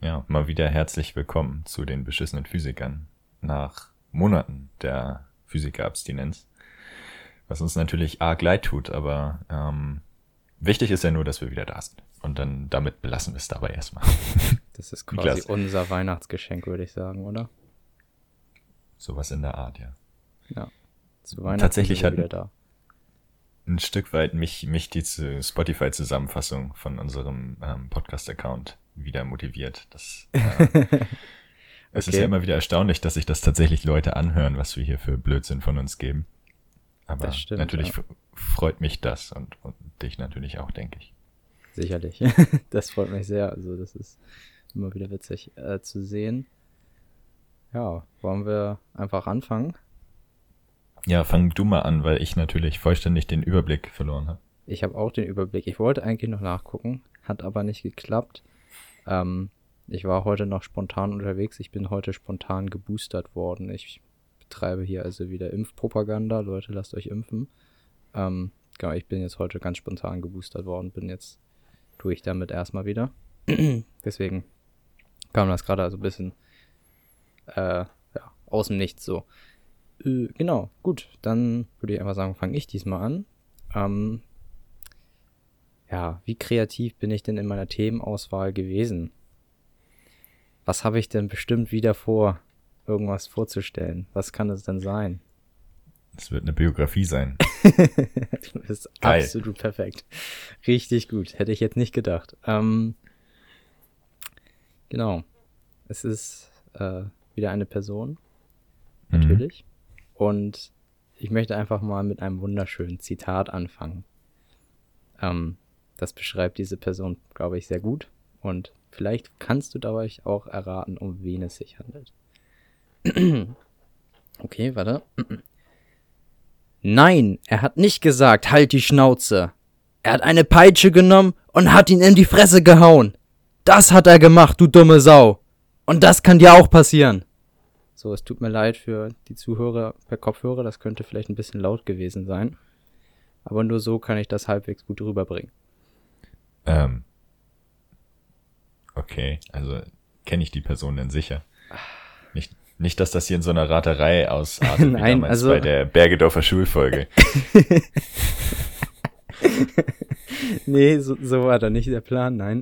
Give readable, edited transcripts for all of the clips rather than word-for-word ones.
Ja, mal wieder herzlich willkommen zu den beschissenen Physikern nach Monaten der Physikerabstinenz. Was uns natürlich arg leid tut, aber wichtig ist ja nur, dass wir wieder da sind. Und dann damit belassen wir es dabei erstmal. Das ist quasi unser Weihnachtsgeschenk, würde ich sagen, oder? Sowas in der Art, ja. Ja. Zu Weihnachten Tatsächlich sind wir hat wieder da. ein Stück weit mich die Spotify-Zusammenfassung von unserem Podcast-Account wieder motiviert. Es ist ja immer wieder erstaunlich, dass sich das tatsächlich Leute anhören, was wir hier für Blödsinn von uns geben. Aber Das stimmt, natürlich ja. freut mich das und dich natürlich auch, denke ich. Sicherlich. Das freut mich sehr. Also das ist immer wieder witzig zu sehen. Ja, wollen wir einfach anfangen? Ja, fang du mal an, weil ich natürlich vollständig den Überblick verloren habe. Ich habe auch den Überblick. Ich wollte eigentlich noch nachgucken, hat aber nicht geklappt. Ich war heute noch spontan unterwegs. Ich bin heute spontan geboostert worden. Ich betreibe hier also wieder Impfpropaganda. Leute, lasst euch impfen. Genau, ich bin jetzt heute ganz spontan geboostert worden. Bin jetzt durch damit erstmal wieder. Deswegen kam das gerade also ein bisschen aus dem Nichts so. Genau, gut. Dann würde ich einfach sagen, fange ich diesmal an. Wie kreativ bin ich denn in meiner Themenauswahl gewesen? Was habe ich denn bestimmt wieder vor, irgendwas vorzustellen? Was kann es denn sein? Es wird eine Biografie sein. Du bist Geil. absolut perfekt. Richtig gut. Hätte ich jetzt nicht gedacht. Genau. Es ist wieder eine Person. Natürlich. Und ich möchte einfach mal mit einem wunderschönen Zitat anfangen. Das beschreibt diese Person, glaube ich, sehr gut. Und vielleicht kannst du dabei auch erraten, um wen es sich handelt. Okay, warte. Nein, er hat nicht gesagt, halt die Schnauze. Er hat eine Peitsche genommen und hat ihn in die Fresse gehauen. Das hat er gemacht, du dumme Sau. Und das kann dir auch passieren. So, es tut mir leid für die Zuhörer per Kopfhörer, das könnte vielleicht ein bisschen laut gewesen sein. Aber nur so kann ich das halbwegs gut rüberbringen. Okay, also kenne ich die Person denn sicher? Nicht, dass das hier in so einer Raterei ausartet, wie Nein, damals also bei der Bergedorfer Schulfolge. Nee, so war da nicht der Plan, nein.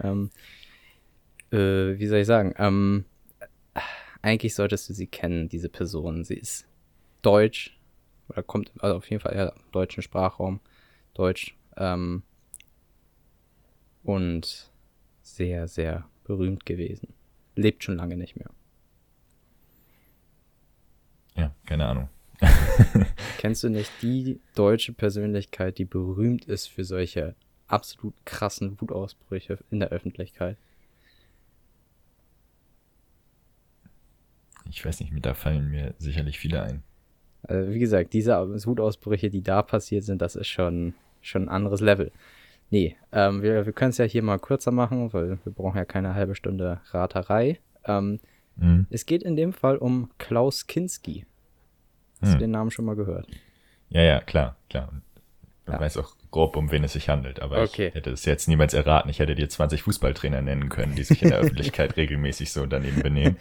Wie soll ich sagen? Eigentlich solltest du sie kennen, diese Person. Sie ist deutsch, oder kommt also auf jeden Fall im deutschen Sprachraum, deutsch, und sehr, sehr berühmt gewesen. Lebt schon lange nicht mehr. Ja, keine Ahnung. Kennst du nicht die deutsche Persönlichkeit, die berühmt ist für solche absolut krassen Wutausbrüche in der Öffentlichkeit? Ich weiß nicht, da fallen mir sicherlich viele ein. Also wie gesagt, diese Wutausbrüche, die da passiert sind, das ist schon ein anderes Level. Nee, wir können es ja hier mal kürzer machen, weil wir brauchen ja keine halbe Stunde Raterei. Es geht in dem Fall um Klaus Kinski. Hast du den Namen schon mal gehört? Ja, klar. Man Ja. weiß auch grob, um wen es sich handelt, aber Okay. ich hätte es jetzt niemals erraten. Ich hätte dir 20 Fußballtrainer nennen können, die sich in der Öffentlichkeit regelmäßig so daneben benehmen.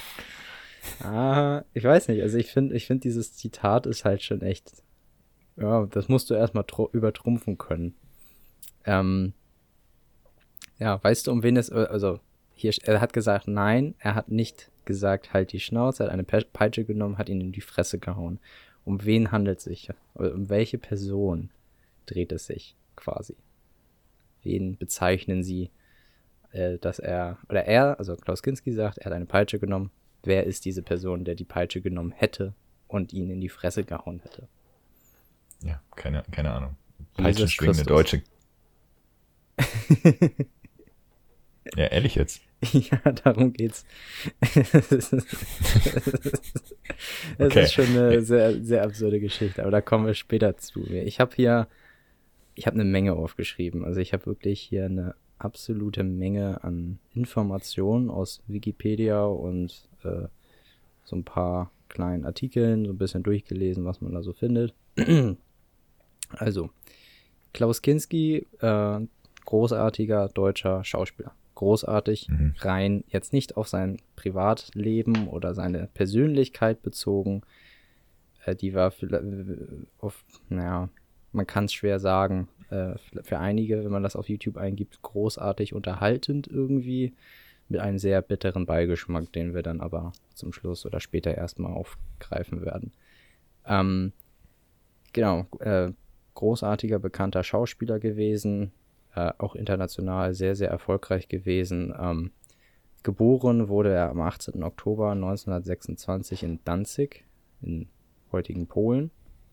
Ich weiß nicht, also ich finde dieses Zitat ist halt schon echt, ja, das musst du erstmal übertrumpfen können. Weißt du, um wen es, also hier, er hat gesagt, nein, er hat nicht gesagt, halt die Schnauze, er hat eine Peitsche genommen, hat ihn in die Fresse gehauen. Um wen handelt es sich? Oder um welche Person dreht es sich quasi? Wen bezeichnen sie, dass also Klaus Kinski sagt, er hat eine Peitsche genommen. Wer ist diese Person, der die Peitsche genommen hätte und ihn in die Fresse gehauen hätte? Ja, keine Ahnung. Jesus Peitschenschwingende Christus. Deutsche. Ja, ehrlich jetzt. Ja, darum geht's. Es Okay. ist schon eine sehr, sehr absurde Geschichte, aber da kommen wir später zu. Ich habe eine Menge aufgeschrieben. Also ich habe wirklich hier eine absolute Menge an Informationen aus Wikipedia und so ein paar kleinen Artikeln, so ein bisschen durchgelesen, was man da so findet. Also, Klaus Kinski, großartiger deutscher Schauspieler. großartig, rein jetzt nicht auf sein Privatleben oder seine Persönlichkeit bezogen. Die war man kann es schwer sagen, für einige, wenn man das auf YouTube eingibt, großartig unterhaltend irgendwie, mit einem sehr bitteren Beigeschmack, den wir dann aber zum Schluss oder später erstmal aufgreifen werden. Großartiger, bekannter Schauspieler gewesen, auch international sehr, sehr erfolgreich gewesen. Geboren wurde er am 18. Oktober 1926 in Danzig, in heutigen Polen,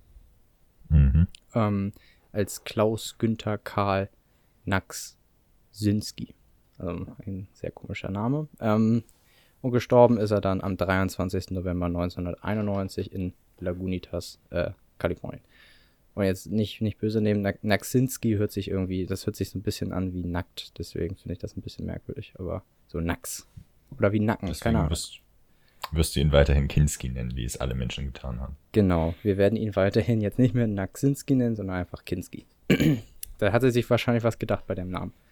als Klaus Günther Karl Naksinski. Also ein sehr komischer Name. Und gestorben ist er dann am 23. November 1991 in Lagunitas, Kalifornien. Und jetzt nicht böse nehmen, Naksinski hört sich so ein bisschen an wie nackt, deswegen finde ich das ein bisschen merkwürdig, aber so Nacks. Oder wie Nacken, deswegen keine Ahnung. Wirst du ihn weiterhin Kinski nennen, wie es alle Menschen getan haben. Genau, wir werden ihn weiterhin jetzt nicht mehr Naksinski nennen, sondern einfach Kinski. Da hat er sich wahrscheinlich was gedacht bei dem Namen.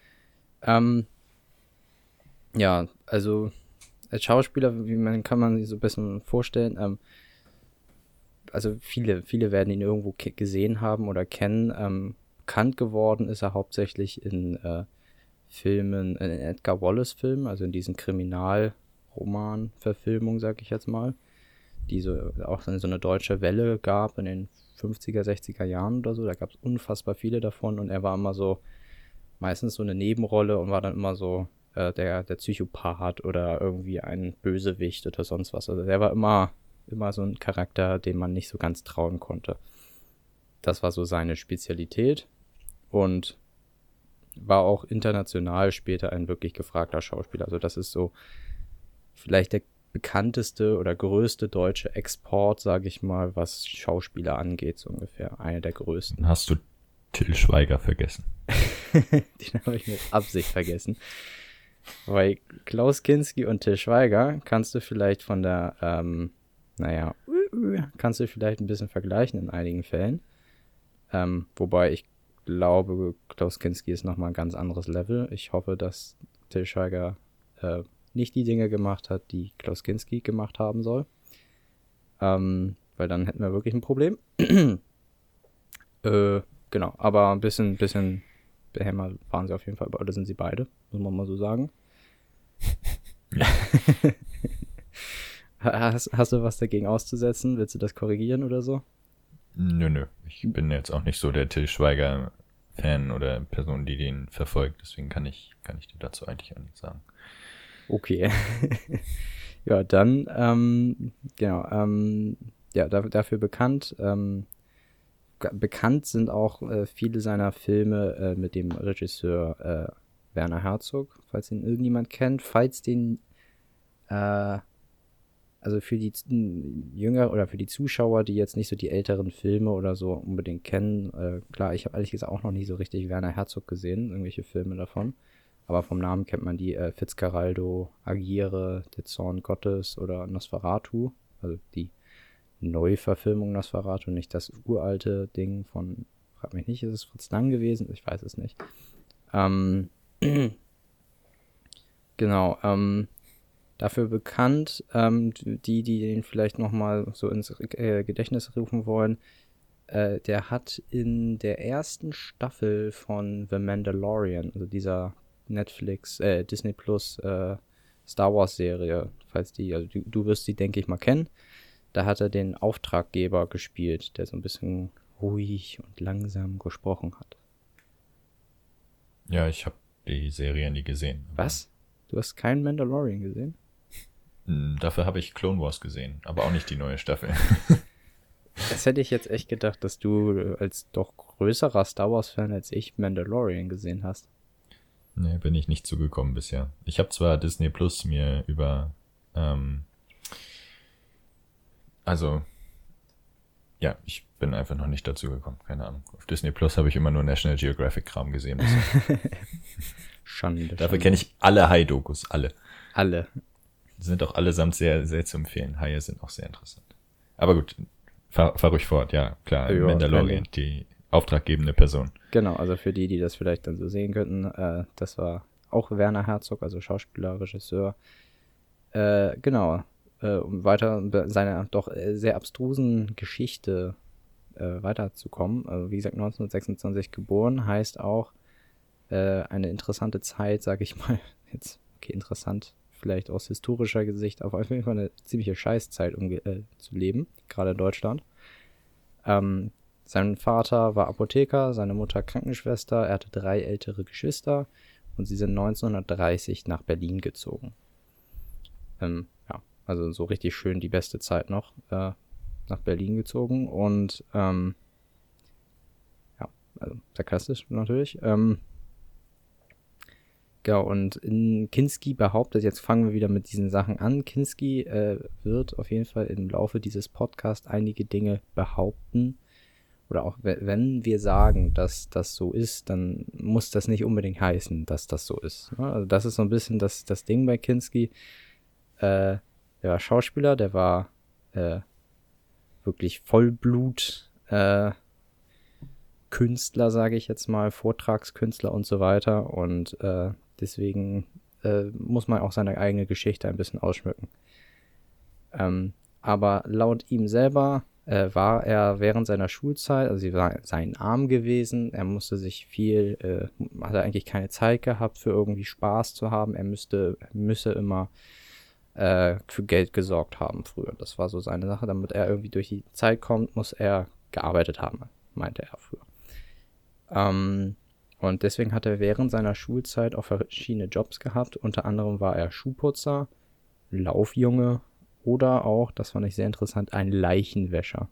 Ja, also als Schauspieler, kann man sich so ein bisschen vorstellen, also viele werden ihn irgendwo gesehen haben oder kennen. Bekannt geworden ist er hauptsächlich in Filmen, in Edgar Wallace-Filmen, also in diesen Kriminalroman-Verfilmungen, sag ich jetzt mal, die auch so eine deutsche Welle gab in den 50er, 60er Jahren oder so. Da gab es unfassbar viele davon und er war immer so, meistens so eine Nebenrolle und war dann immer so der Psychopath oder irgendwie ein Bösewicht oder sonst was. Also der war immer so ein Charakter, dem man nicht so ganz trauen konnte. Das war so seine Spezialität und war auch international später ein wirklich gefragter Schauspieler. Also das ist so vielleicht der bekannteste oder größte deutsche Export, sage ich mal, was Schauspieler angeht, so ungefähr. Einer der größten. Hast du Till Schweiger vergessen? Den habe ich mit Absicht vergessen. Weil Klaus Kinski und Till Schweiger kannst du vielleicht von der, kannst du vielleicht ein bisschen vergleichen in einigen Fällen. Wobei ich glaube, Klaus Kinski ist nochmal ein ganz anderes Level. Ich hoffe, dass Till Schweiger nicht die Dinge gemacht hat, die Klaus Kinski gemacht haben soll. Weil dann hätten wir wirklich ein Problem. Genau, aber ein bisschen behämmert waren sie auf jeden Fall, oder sind sie beide, muss man mal so sagen. Ja. Hast du was dagegen auszusetzen? Willst du das korrigieren oder so? Nö. Ich bin jetzt auch nicht so der Till Schweiger-Fan oder Person, die den verfolgt. Deswegen kann ich dir dazu eigentlich auch nichts sagen. Okay. Ja, dann, dafür bekannt. Bekannt sind auch viele seiner Filme mit dem Regisseur Werner Herzog, falls ihn irgendjemand kennt. Falls den, also für die Jünger oder für die Zuschauer, die jetzt nicht so die älteren Filme oder so unbedingt kennen, klar, ich habe ehrlich gesagt auch noch nie so richtig Werner Herzog gesehen, irgendwelche Filme davon. Aber vom Namen kennt man die Fitzcarraldo, Agiere, Der Zorn Gottes oder Nosferatu, also die Neuverfilmung Nosferatu, nicht das uralte Ding von, frag mich nicht, ist es Fritz Lang gewesen? Ich weiß es nicht. Genau, dafür bekannt, die den vielleicht nochmal so ins Gedächtnis rufen wollen, der hat in der ersten Staffel von The Mandalorian, also dieser Netflix, Disney Plus Star Wars Serie, falls also du wirst sie, denke ich mal, kennen. Da hat er den Auftraggeber gespielt, der so ein bisschen ruhig und langsam gesprochen hat. Ja, ich habe die Serie nie gesehen. Was? Du hast keinen Mandalorian gesehen? Dafür habe ich Clone Wars gesehen, aber auch nicht die neue Staffel. Das hätte ich jetzt echt gedacht, dass du als doch größerer Star Wars-Fan als ich Mandalorian gesehen hast. Nee, bin ich nicht zugekommen bisher. Ich habe zwar Disney Plus mir über ich bin einfach noch nicht dazu gekommen, keine Ahnung. Auf Disney Plus habe ich immer nur National Geographic-Kram gesehen. Schande. Dafür kenne ich alle Hai-Dokus, alle. Alle. Sind auch allesamt sehr, sehr zu empfehlen. Haie sind auch sehr interessant. Aber gut, fahr ruhig fort, ja, klar. Ja, Mandalorian, die auftraggebende Person. Genau, also für die das vielleicht dann so sehen könnten, das war auch Werner Herzog, also Schauspieler, Regisseur. Genau, um weiter seiner doch sehr abstrusen Geschichte weiterzukommen. Also wie gesagt, 1926 geboren, heißt auch eine interessante Zeit, sage ich mal. Jetzt, okay, interessant, vielleicht aus historischer Sicht, aber auf jeden Fall eine ziemliche Scheißzeit, um zu leben, gerade in Deutschland. Sein Vater war Apotheker, seine Mutter Krankenschwester, er hatte 3 ältere Geschwister und sie sind 1930 nach Berlin gezogen. Ja, also so richtig schön die beste Zeit noch nach Berlin gezogen und ja, also sarkastisch natürlich. Genau, und Kinski behauptet, jetzt fangen wir wieder mit diesen Sachen an, Kinski wird auf jeden Fall im Laufe dieses Podcasts einige Dinge behaupten, oder auch wenn wir sagen, dass das so ist, dann muss das nicht unbedingt heißen, dass das so ist. Ne? Also das ist so ein bisschen das Ding bei Kinski. Der war Schauspieler, der war wirklich Vollblut Künstler, sage ich jetzt mal, Vortragskünstler und so weiter. Und deswegen muss man auch seine eigene Geschichte ein bisschen ausschmücken. Aber laut ihm selber war er während seiner Schulzeit, also sie war sein Arm gewesen, er musste sich hatte eigentlich keine Zeit gehabt für irgendwie Spaß zu haben, er müsse immer für Geld gesorgt haben früher. Das war so seine Sache, damit er irgendwie durch die Zeit kommt, muss er gearbeitet haben, meinte er früher. Und deswegen hat er während seiner Schulzeit auch verschiedene Jobs gehabt, unter anderem war er Schuhputzer, Laufjunge, oder auch, das fand ich sehr interessant, ein Leichenwäscher.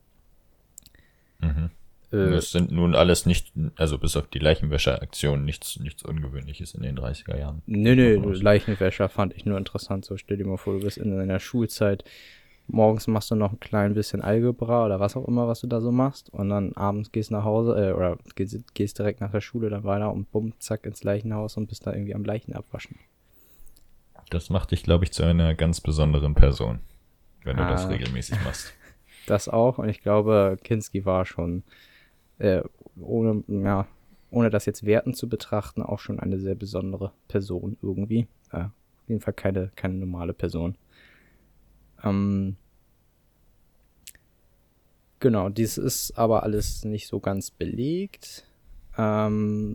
Mhm. Das sind nun alles nicht, also bis auf die Leichenwäscher-Aktion, nichts Ungewöhnliches in den 30er Jahren. Nee, Leichenwäscher fand ich nur interessant. So, stell dir mal vor, du bist in deiner Schulzeit, morgens machst du noch ein klein bisschen Algebra oder was auch immer, was du da so machst, und dann abends gehst nach Hause, oder gehst direkt nach der Schule dann weiter und bumm, zack, ins Leichenhaus und bist da irgendwie am Leichen abwaschen. Das macht dich, glaube ich, zu einer ganz besonderen Person, wenn du das regelmäßig machst. Das auch, und ich glaube, Kinski war schon, ohne das jetzt wertend zu betrachten, auch schon eine sehr besondere Person irgendwie. Auf jeden Fall keine normale Person. Genau, dies ist aber alles nicht so ganz belegt. Hat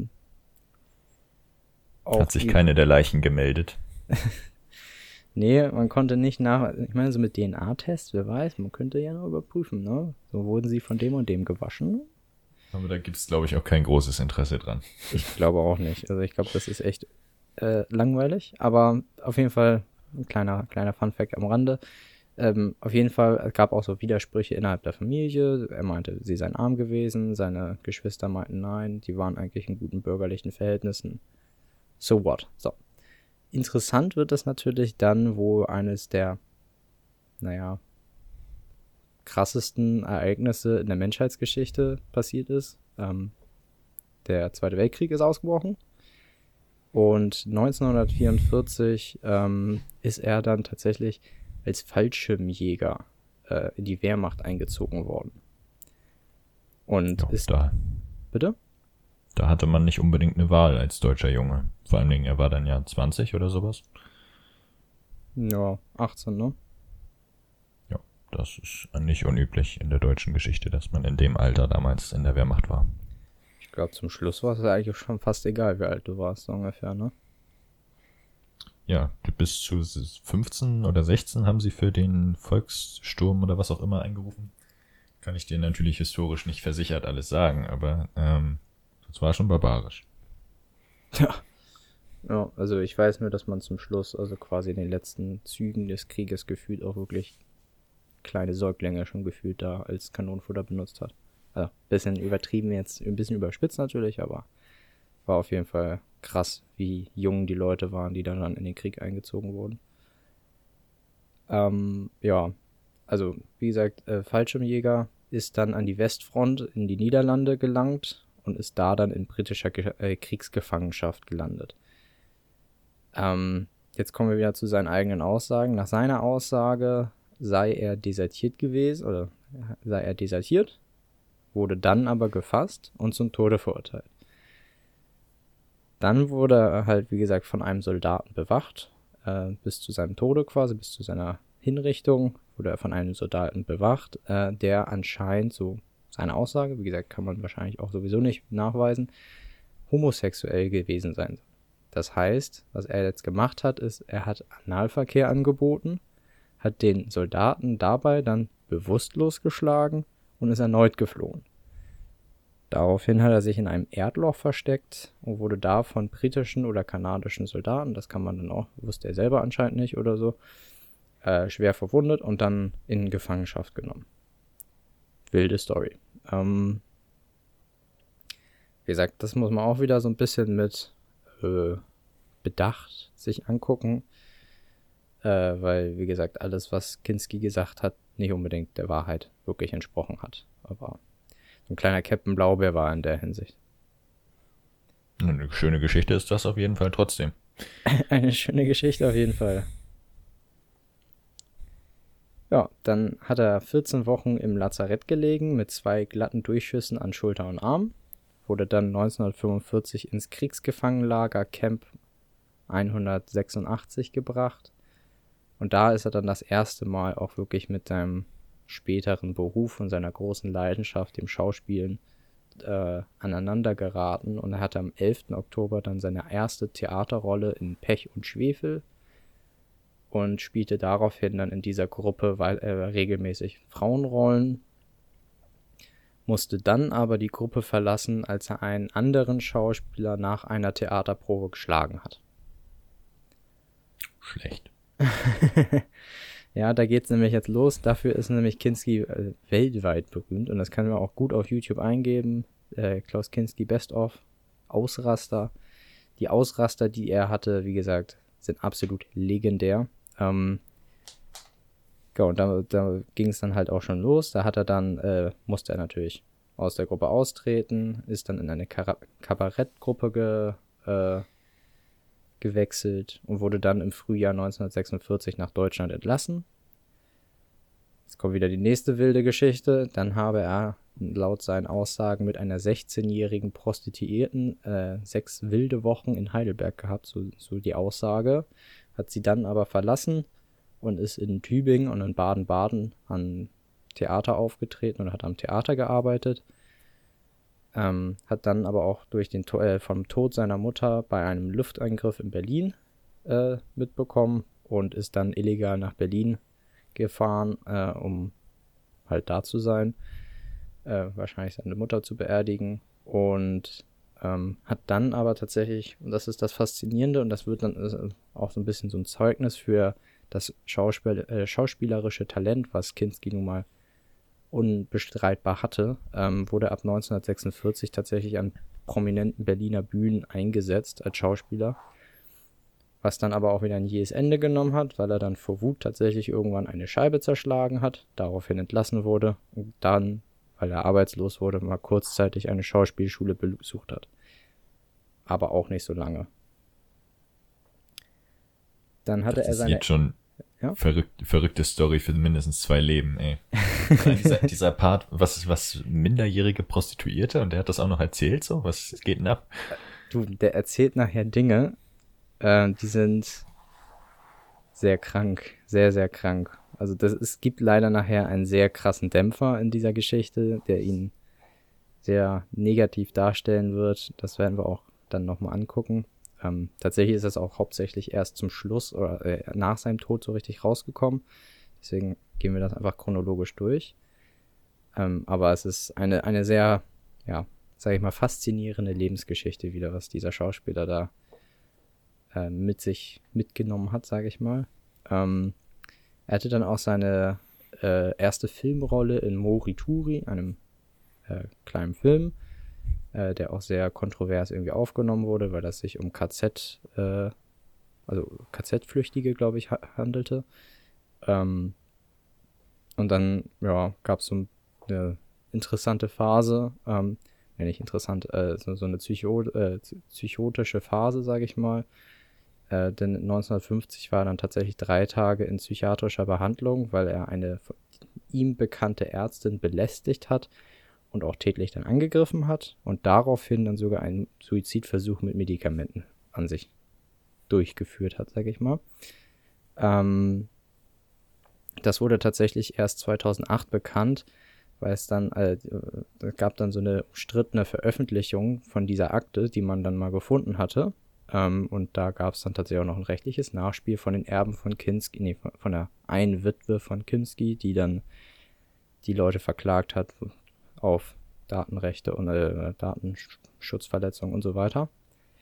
sich keine der Leichen gemeldet? Nee, man konnte nicht ich meine, so mit DNA-Tests, wer weiß, man könnte ja noch überprüfen, ne? So wurden sie von dem und dem gewaschen. Aber da gibt es, glaube ich, auch kein großes Interesse dran. Ich glaube auch nicht. Also ich glaube, das ist echt langweilig. Aber auf jeden Fall ein kleiner Funfact am Rande. Auf jeden Fall, es gab auch so Widersprüche innerhalb der Familie. Er meinte, sie seien arm gewesen. Seine Geschwister meinten, nein, die waren eigentlich in guten bürgerlichen Verhältnissen. So what? So. Interessant wird es natürlich dann, wo eines der, krassesten Ereignisse in der Menschheitsgeschichte passiert ist. Der Zweite Weltkrieg ist ausgebrochen. Und 1944 ist er dann tatsächlich als Fallschirmjäger in die Wehrmacht eingezogen worden. Und ist da. Bitte? Da hatte man nicht unbedingt eine Wahl als deutscher Junge. Vor allen Dingen, er war dann ja 20 oder sowas. Ja, 18, ne? Ja, das ist nicht unüblich in der deutschen Geschichte, dass man in dem Alter damals in der Wehrmacht war. Ich glaube, zum Schluss war es eigentlich schon fast egal, wie alt du warst, so ungefähr, ne? Ja, bis zu 15 oder 16 haben sie für den Volkssturm oder was auch immer eingerufen. Kann ich dir natürlich historisch nicht versichert alles sagen, aber das war schon barbarisch. Ja, also ich weiß nur, dass man zum Schluss, also quasi in den letzten Zügen des Krieges gefühlt auch wirklich kleine Säuglinge schon gefühlt da als Kanonenfutter benutzt hat. Also bisschen übertrieben jetzt, ein bisschen überspitzt natürlich, aber war auf jeden Fall krass, wie jung die Leute waren, die dann in den Krieg eingezogen wurden. Ja, also wie gesagt, Fallschirmjäger ist dann an die Westfront in die Niederlande gelangt und ist da dann in britischer Kriegsgefangenschaft gelandet. Jetzt kommen wir wieder zu seinen eigenen Aussagen. Nach seiner Aussage sei er desertiert gewesen, oder sei er desertiert, wurde dann aber gefasst und zum Tode verurteilt. Dann wurde er halt, wie gesagt, von einem Soldaten bewacht, bis zu seinem Tode quasi, bis zu seiner Hinrichtung wurde er von einem Soldaten bewacht, der anscheinend, so seine Aussage, wie gesagt, kann man wahrscheinlich auch sowieso nicht nachweisen, homosexuell gewesen sein soll. Das heißt, was er jetzt gemacht hat, ist, er hat Analverkehr angeboten, hat den Soldaten dabei dann bewusstlos geschlagen und ist erneut geflohen. Daraufhin hat er sich in einem Erdloch versteckt und wurde da von britischen oder kanadischen Soldaten, das kann man dann auch, wusste er selber anscheinend nicht oder so, schwer verwundet und dann in Gefangenschaft genommen. Wilde Story. Wie gesagt, das muss man auch wieder so ein bisschen mit Bedacht sich angucken, weil, wie gesagt, alles, was Kinski gesagt hat, nicht unbedingt der Wahrheit wirklich entsprochen hat. Aber so ein kleiner Captain Blaubeer war in der Hinsicht. Eine schöne Geschichte ist das auf jeden Fall trotzdem. Eine schöne Geschichte auf jeden Fall. Ja, dann hat er 14 Wochen im Lazarett gelegen mit 2 glatten Durchschüssen an Schulter und Arm. Wurde dann 1945 ins Kriegsgefangenenlager Camp 186 gebracht. Und da ist er dann das erste Mal auch wirklich mit seinem späteren Beruf und seiner großen Leidenschaft, dem Schauspielen, aneinander geraten. Und er hatte am 11. Oktober dann seine erste Theaterrolle in Pech und Schwefel und spielte daraufhin dann in dieser Gruppe regelmäßig Frauenrollen. Musste dann aber die Gruppe verlassen, als er einen anderen Schauspieler nach einer Theaterprobe geschlagen hat. Schlecht. Ja, da geht's nämlich jetzt los. Dafür ist nämlich Kinski weltweit berühmt und das kann man auch gut auf YouTube eingeben. Klaus Kinski Best of Ausraster. Die Ausraster, die er hatte, wie gesagt, sind absolut legendär. Ja, und da ging es dann halt auch schon los. Da musste er natürlich aus der Gruppe austreten, ist dann in eine Kabarettgruppe gewechselt und wurde dann im Frühjahr 1946 nach Deutschland entlassen. Jetzt kommt wieder die nächste wilde Geschichte. Dann habe er laut seinen Aussagen mit einer 16-jährigen Prostituierten 6 wilde Wochen in Heidelberg gehabt, so die Aussage. Hat sie dann aber verlassen und ist in Tübingen und in Baden-Baden an Theater aufgetreten und hat am Theater gearbeitet. Hat dann aber auch durch vom Tod seiner Mutter bei einem Lufteingriff in Berlin mitbekommen und ist dann illegal nach Berlin gefahren, um halt da zu sein, wahrscheinlich seine Mutter zu beerdigen und hat dann aber tatsächlich, und das ist das Faszinierende und das wird dann auch so ein bisschen so ein Zeugnis für das schauspielerische Talent, was Kinski nun mal unbestreitbar hatte, wurde ab 1946 tatsächlich an prominenten Berliner Bühnen eingesetzt als Schauspieler, was dann aber auch wieder ein jähes Ende genommen hat, weil er dann vor Wut tatsächlich irgendwann eine Scheibe zerschlagen hat, daraufhin entlassen wurde und dann, weil er arbeitslos wurde, mal kurzzeitig eine Schauspielschule besucht hat. Aber auch nicht so lange. Dann hatte er seine... Das ist jetzt schon verrückte Story für mindestens 2 Leben, ey. dieser Part, was minderjährige Prostituierte, und der hat das auch noch erzählt, so? Was geht denn ab? Du, der erzählt nachher Dinge, die sind sehr krank, sehr, sehr krank. Also es gibt leider nachher einen sehr krassen Dämpfer in dieser Geschichte, der ihn sehr negativ darstellen wird. Das werden wir auch dann nochmal angucken. Tatsächlich ist das auch hauptsächlich erst zum Schluss oder nach seinem Tod so richtig rausgekommen. Deswegen gehen wir das einfach chronologisch durch. Aber es ist eine sehr, ja, sage ich mal, faszinierende Lebensgeschichte wieder, was dieser Schauspieler da mit sich mitgenommen hat, sage ich mal. Er hatte dann auch seine erste Filmrolle in Morituri, einem kleinen Film, der auch sehr kontrovers irgendwie aufgenommen wurde, weil das sich um KZ-Flüchtige, glaube ich, handelte. Und dann, ja, gab es so eine interessante Phase, nicht interessant, so eine psychotische Phase, sage ich mal. Denn 1950 war er dann tatsächlich 3 Tage in psychiatrischer Behandlung, weil er eine ihm bekannte Ärztin belästigt hat und auch tätlich dann angegriffen hat und daraufhin dann sogar einen Suizidversuch mit Medikamenten an sich durchgeführt hat, sage ich mal. Das wurde tatsächlich erst 2008 bekannt, weil es gab dann so eine umstrittene Veröffentlichung von dieser Akte, die man dann mal gefunden hatte. Und da gab es dann tatsächlich auch noch ein rechtliches Nachspiel von den Erben von Kinski, von der einen Witwe von Kinski, die dann die Leute verklagt hat auf Datenrechte und Datenschutzverletzungen und so weiter.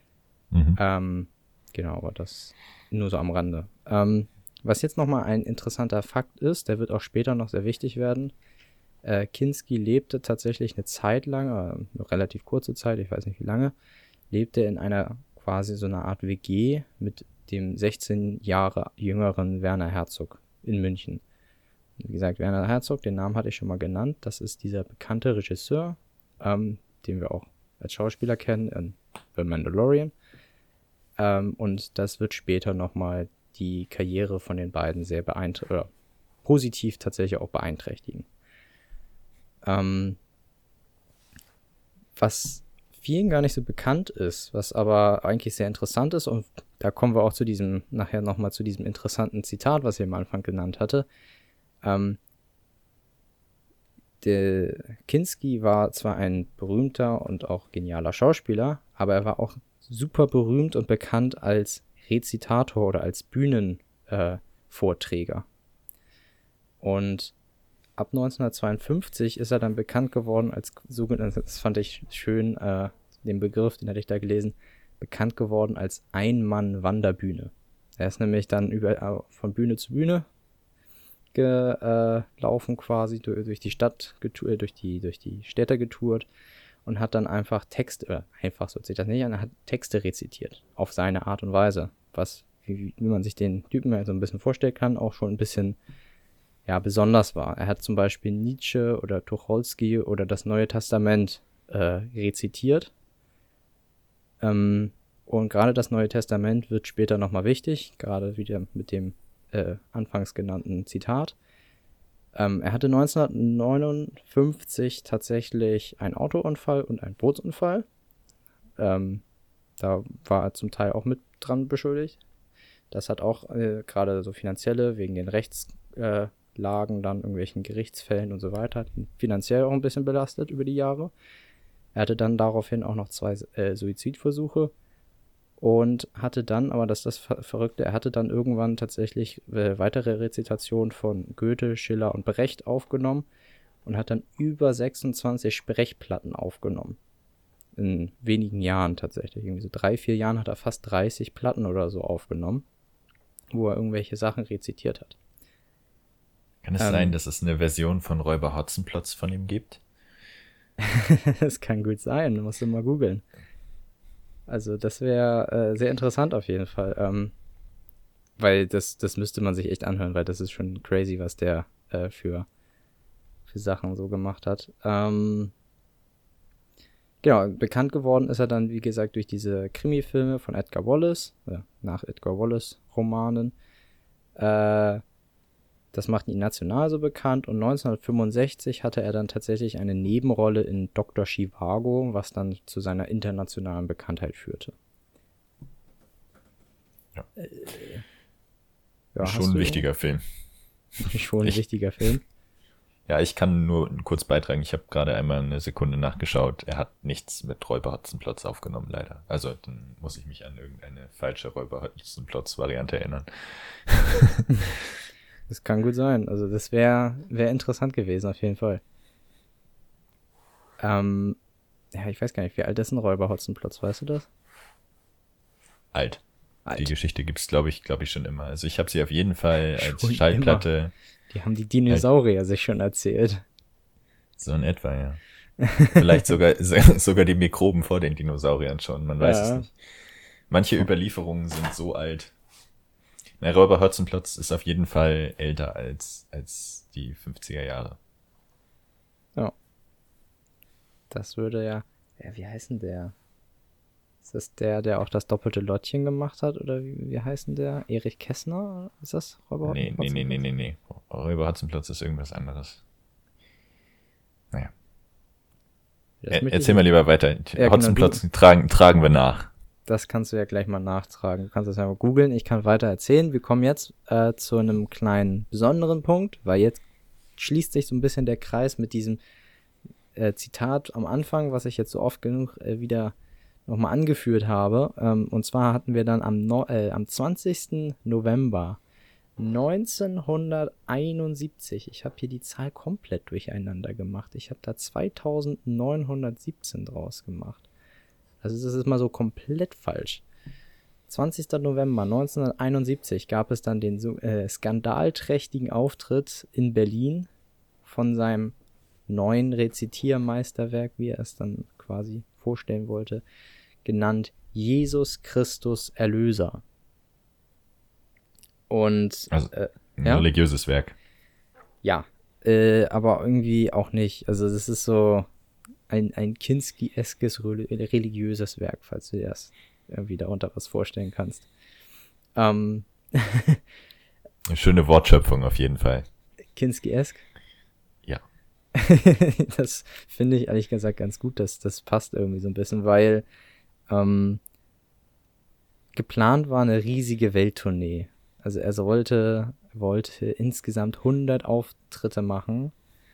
Genau, aber das nur so am Rande. Was jetzt nochmal ein interessanter Fakt ist, der wird auch später noch sehr wichtig werden. Kinski lebte tatsächlich eine Zeit lang, eine relativ kurze Zeit, ich weiß nicht wie lange, lebte in einer quasi so einer Art WG mit dem 16 Jahre jüngeren Werner Herzog in München. Wie gesagt, Werner Herzog, den Namen hatte ich schon mal genannt, das ist dieser bekannte Regisseur, den wir auch als Schauspieler kennen in The Mandalorian. Und das wird später nochmal die Karriere von den beiden sehr positiv tatsächlich auch beeinträchtigen. Was vielen gar nicht so bekannt ist, was aber eigentlich sehr interessant ist, und da kommen wir auch nachher nochmal zu diesem interessanten Zitat, was ich am Anfang genannt hatte. Der Kinski war zwar ein berühmter und auch genialer Schauspieler, aber er war auch super berühmt und bekannt als Rezitator oder als Bühnenvorträger. Und ab 1952 ist er dann bekannt geworden als sogenanntes, das fand ich schön, den Begriff, den hatte ich da gelesen, bekannt geworden als Ein-Mann-Wanderbühne. Er ist nämlich dann von Bühne zu Bühne gelaufen quasi, durch die Stadt, durch die Städte getourt und hat dann einfach einfach so zählt das nicht an, er hat Texte rezitiert, auf seine Art und Weise, wie man sich den Typen halt so ein bisschen vorstellen kann, auch schon ein bisschen besonders war. Er hat zum Beispiel Nietzsche oder Tucholsky oder das Neue Testament rezitiert. Und gerade das Neue Testament wird später nochmal wichtig, gerade wieder mit dem anfangs genannten Zitat. Er hatte 1959 tatsächlich einen Autounfall und einen Bootsunfall. Da war er zum Teil auch mit dran beschuldigt. Das hat auch gerade so finanzielle, wegen den Rechtslagen, dann irgendwelchen Gerichtsfällen und so weiter, finanziell auch ein bisschen belastet über die Jahre. Er hatte dann daraufhin auch noch 2 Suizidversuche und hatte dann, aber das ist das Verrückte, er hatte dann irgendwann tatsächlich weitere Rezitationen von Goethe, Schiller und Brecht aufgenommen und hat dann über 26 Sprechplatten aufgenommen. In wenigen Jahren tatsächlich. Irgendwie so 3-4 Jahren hat er fast 30 Platten oder so aufgenommen, wo er irgendwelche Sachen rezitiert hat. Kann es sein, dass es eine Version von Räuber Hotzenplotz von ihm gibt? Das kann gut sein, musst du mal googeln. Also das wäre sehr interessant auf jeden Fall. Weil das müsste man sich echt anhören, weil das ist schon crazy, was der für Sachen so gemacht hat. Genau, bekannt geworden ist er dann, wie gesagt, durch diese Krimi-Filme von Edgar Wallace, nach Edgar Wallace-Romanen. Das macht ihn national so bekannt und 1965 hatte er dann tatsächlich eine Nebenrolle in Dr. Zhivago, was dann zu seiner internationalen Bekanntheit führte. Ja, schon ein wichtiger Film. Schon ein wichtiger Film. Ja, ich kann nur kurz beitragen. Ich habe gerade einmal eine Sekunde nachgeschaut. Er hat nichts mit Räuber Hotzenplotz aufgenommen, leider. Also dann muss ich mich an irgendeine falsche Räuber Hotzenplotz-Variante erinnern. Das kann gut sein. Also das wäre interessant gewesen, auf jeden Fall. Ja, ich weiß gar nicht, wie alt ist ein Räuber Hotzenplotz, weißt du das? Alt. Die Geschichte gibt's, glaube ich, schon immer. Also ich habe sie auf jeden Fall als schon Schallplatte. Immer. Die haben die Dinosaurier sich schon erzählt. So in etwa, ja. Vielleicht sogar die Mikroben vor den Dinosauriern schon, man weiß es nicht. Manche Überlieferungen sind so alt. Der Räuber Hotzenplotz ist auf jeden Fall älter als die 50er Jahre. Ja. Das würde ja, wie heißt denn der? Ist das der auch das doppelte Lottchen gemacht hat? Oder wie heißt denn der? Erich Kästner? Ist das Räuber Hotzenplotz? Nee. Räuber Hotzenplotz ist irgendwas anderes. Naja. Erzähl mal lieber weiter. Ja, Hotzenplotz tragen wir nach. Das kannst du ja gleich mal nachtragen. Du kannst das ja mal googeln. Ich kann weiter erzählen. Wir kommen jetzt zu einem kleinen besonderen Punkt, weil jetzt schließt sich so ein bisschen der Kreis mit diesem Zitat am Anfang, was ich jetzt so oft genug wieder nochmal angeführt habe. Und zwar hatten wir dann am 20. November 1971, ich habe hier die Zahl komplett durcheinander gemacht. Ich habe da 2917 draus gemacht. Also das ist mal so komplett falsch. 20. November 1971 gab es dann den skandalträchtigen Auftritt in Berlin von seinem neuen Rezitiermeisterwerk, wie er es dann quasi vorstellen wollte, genannt Jesus Christus Erlöser. Und also ein religiöses Werk. Ja, aber irgendwie auch nicht. Also das ist so ein Kinski-eskes religiöses Werk, falls du dir das irgendwie darunter was vorstellen kannst. Eine schöne Wortschöpfung auf jeden Fall. Kinski-esk? Ja. Das finde ich ehrlich gesagt ganz gut, das passt irgendwie so ein bisschen, weil geplant war eine riesige Welttournee. Also er wollte insgesamt 100 Auftritte machen.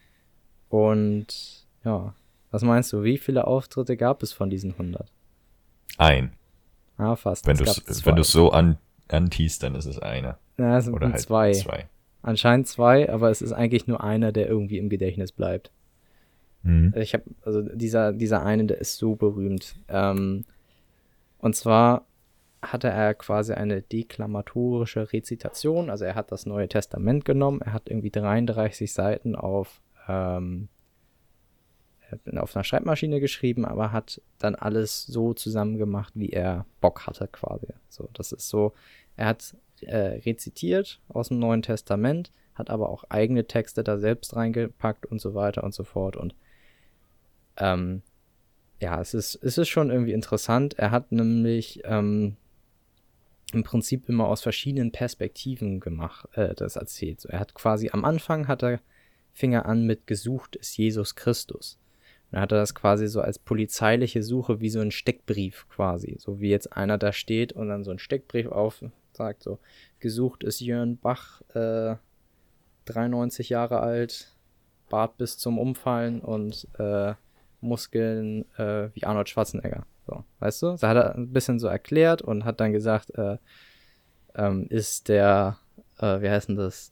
Und ja, was meinst du, wie viele Auftritte gab es von diesen 100? Ein. Ah, fast. Wenn du es so antiest, dann ist es einer. Ja, es sind oder halt zwei. Anscheinend 2, aber es ist eigentlich nur einer, der irgendwie im Gedächtnis bleibt. Mhm. Dieser eine, der ist so berühmt. Und zwar hatte er quasi eine deklamatorische Rezitation, also er hat das Neue Testament genommen, er hat irgendwie 33 Seiten auf einer Schreibmaschine geschrieben, aber hat dann alles so zusammen gemacht, wie er Bock hatte quasi. So, das ist so, er hat rezitiert aus dem Neuen Testament, hat aber auch eigene Texte da selbst reingepackt und so weiter und so fort und ja, es ist schon irgendwie interessant. Er hat nämlich im Prinzip immer aus verschiedenen Perspektiven das erzählt. So, er hat quasi am Anfang fing er an mit gesucht ist Jesus Christus. Und dann hat er das quasi so als polizeiliche Suche wie so ein Steckbrief quasi. So wie jetzt einer da steht und dann so ein Steckbrief sagt so, gesucht ist Jörn Bach, 93 Jahre alt, Bart bis zum Umfallen und Muskeln wie Arnold Schwarzenegger. So, weißt du? Da hat er ein bisschen so erklärt und hat dann gesagt, ist der, wie heißt denn das,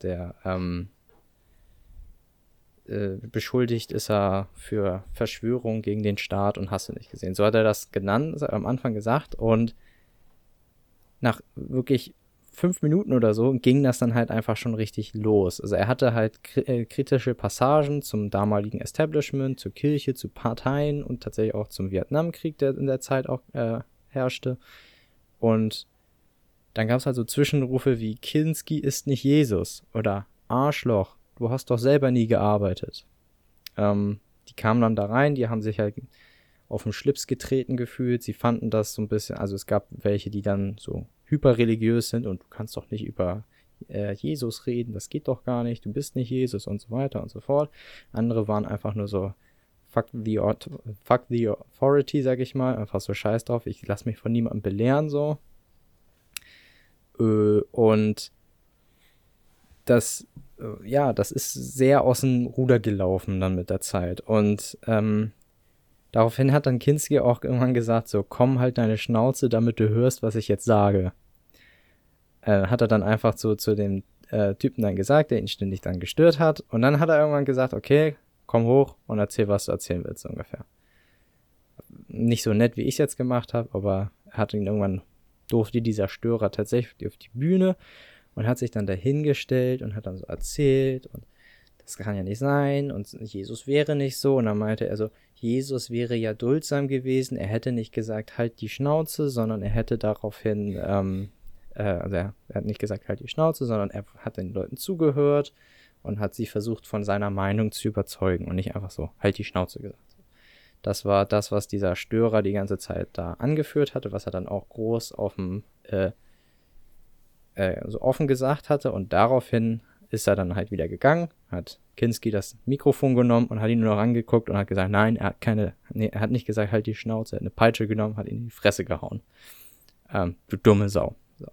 beschuldigt ist er für Verschwörung gegen den Staat und hast du nicht gesehen. So hat er das genannt, am Anfang gesagt und nach wirklich 5 Minuten oder so ging das dann halt einfach schon richtig los. Also er hatte halt kritische Passagen zum damaligen Establishment, zur Kirche, zu Parteien und tatsächlich auch zum Vietnamkrieg, der in der Zeit auch herrschte. Und dann gab es halt so Zwischenrufe wie Kinski ist nicht Jesus oder Arschloch, du hast doch selber nie gearbeitet. Die kamen dann da rein, die haben sich halt auf den Schlips getreten gefühlt. Sie fanden das so ein bisschen, also es gab welche, die dann so hyperreligiös sind und du kannst doch nicht über Jesus reden, das geht doch gar nicht, du bist nicht Jesus und so weiter und so fort. Andere waren einfach nur so fuck the authority, sag ich mal, einfach so scheiß drauf, ich lass mich von niemandem belehren, so. Und das ist sehr aus dem Ruder gelaufen dann mit der Zeit und daraufhin hat dann Kinski auch irgendwann gesagt, so, komm halt deine Schnauze, damit du hörst, was ich jetzt sage. Hat er dann einfach so zu dem Typen dann gesagt, der ihn ständig dann gestört hat. Und dann hat er irgendwann gesagt, okay, komm hoch und erzähl, was du erzählen willst, ungefähr. Nicht so nett, wie ich es jetzt gemacht habe, aber durfte dieser Störer tatsächlich auf die Bühne und hat sich dann dahingestellt und hat dann so erzählt und das kann ja nicht sein und Jesus wäre nicht so. Und dann meinte er so, Jesus wäre ja duldsam gewesen, er hätte nicht gesagt, halt die Schnauze, sondern er hätte daraufhin, also er hat nicht gesagt, halt die Schnauze, sondern er hat den Leuten zugehört und hat sie versucht, von seiner Meinung zu überzeugen und nicht einfach so, halt die Schnauze gesagt. Das war das, was dieser Störer die ganze Zeit da angeführt hatte, was er dann auch groß so offen gesagt hatte und daraufhin ist er dann halt wieder gegangen, hat Kinski das Mikrofon genommen und hat ihn nur noch angeguckt und hat gesagt, nein, er hat nicht gesagt, halt die Schnauze, er hat eine Peitsche genommen, hat ihn in die Fresse gehauen. Du dumme Sau. So.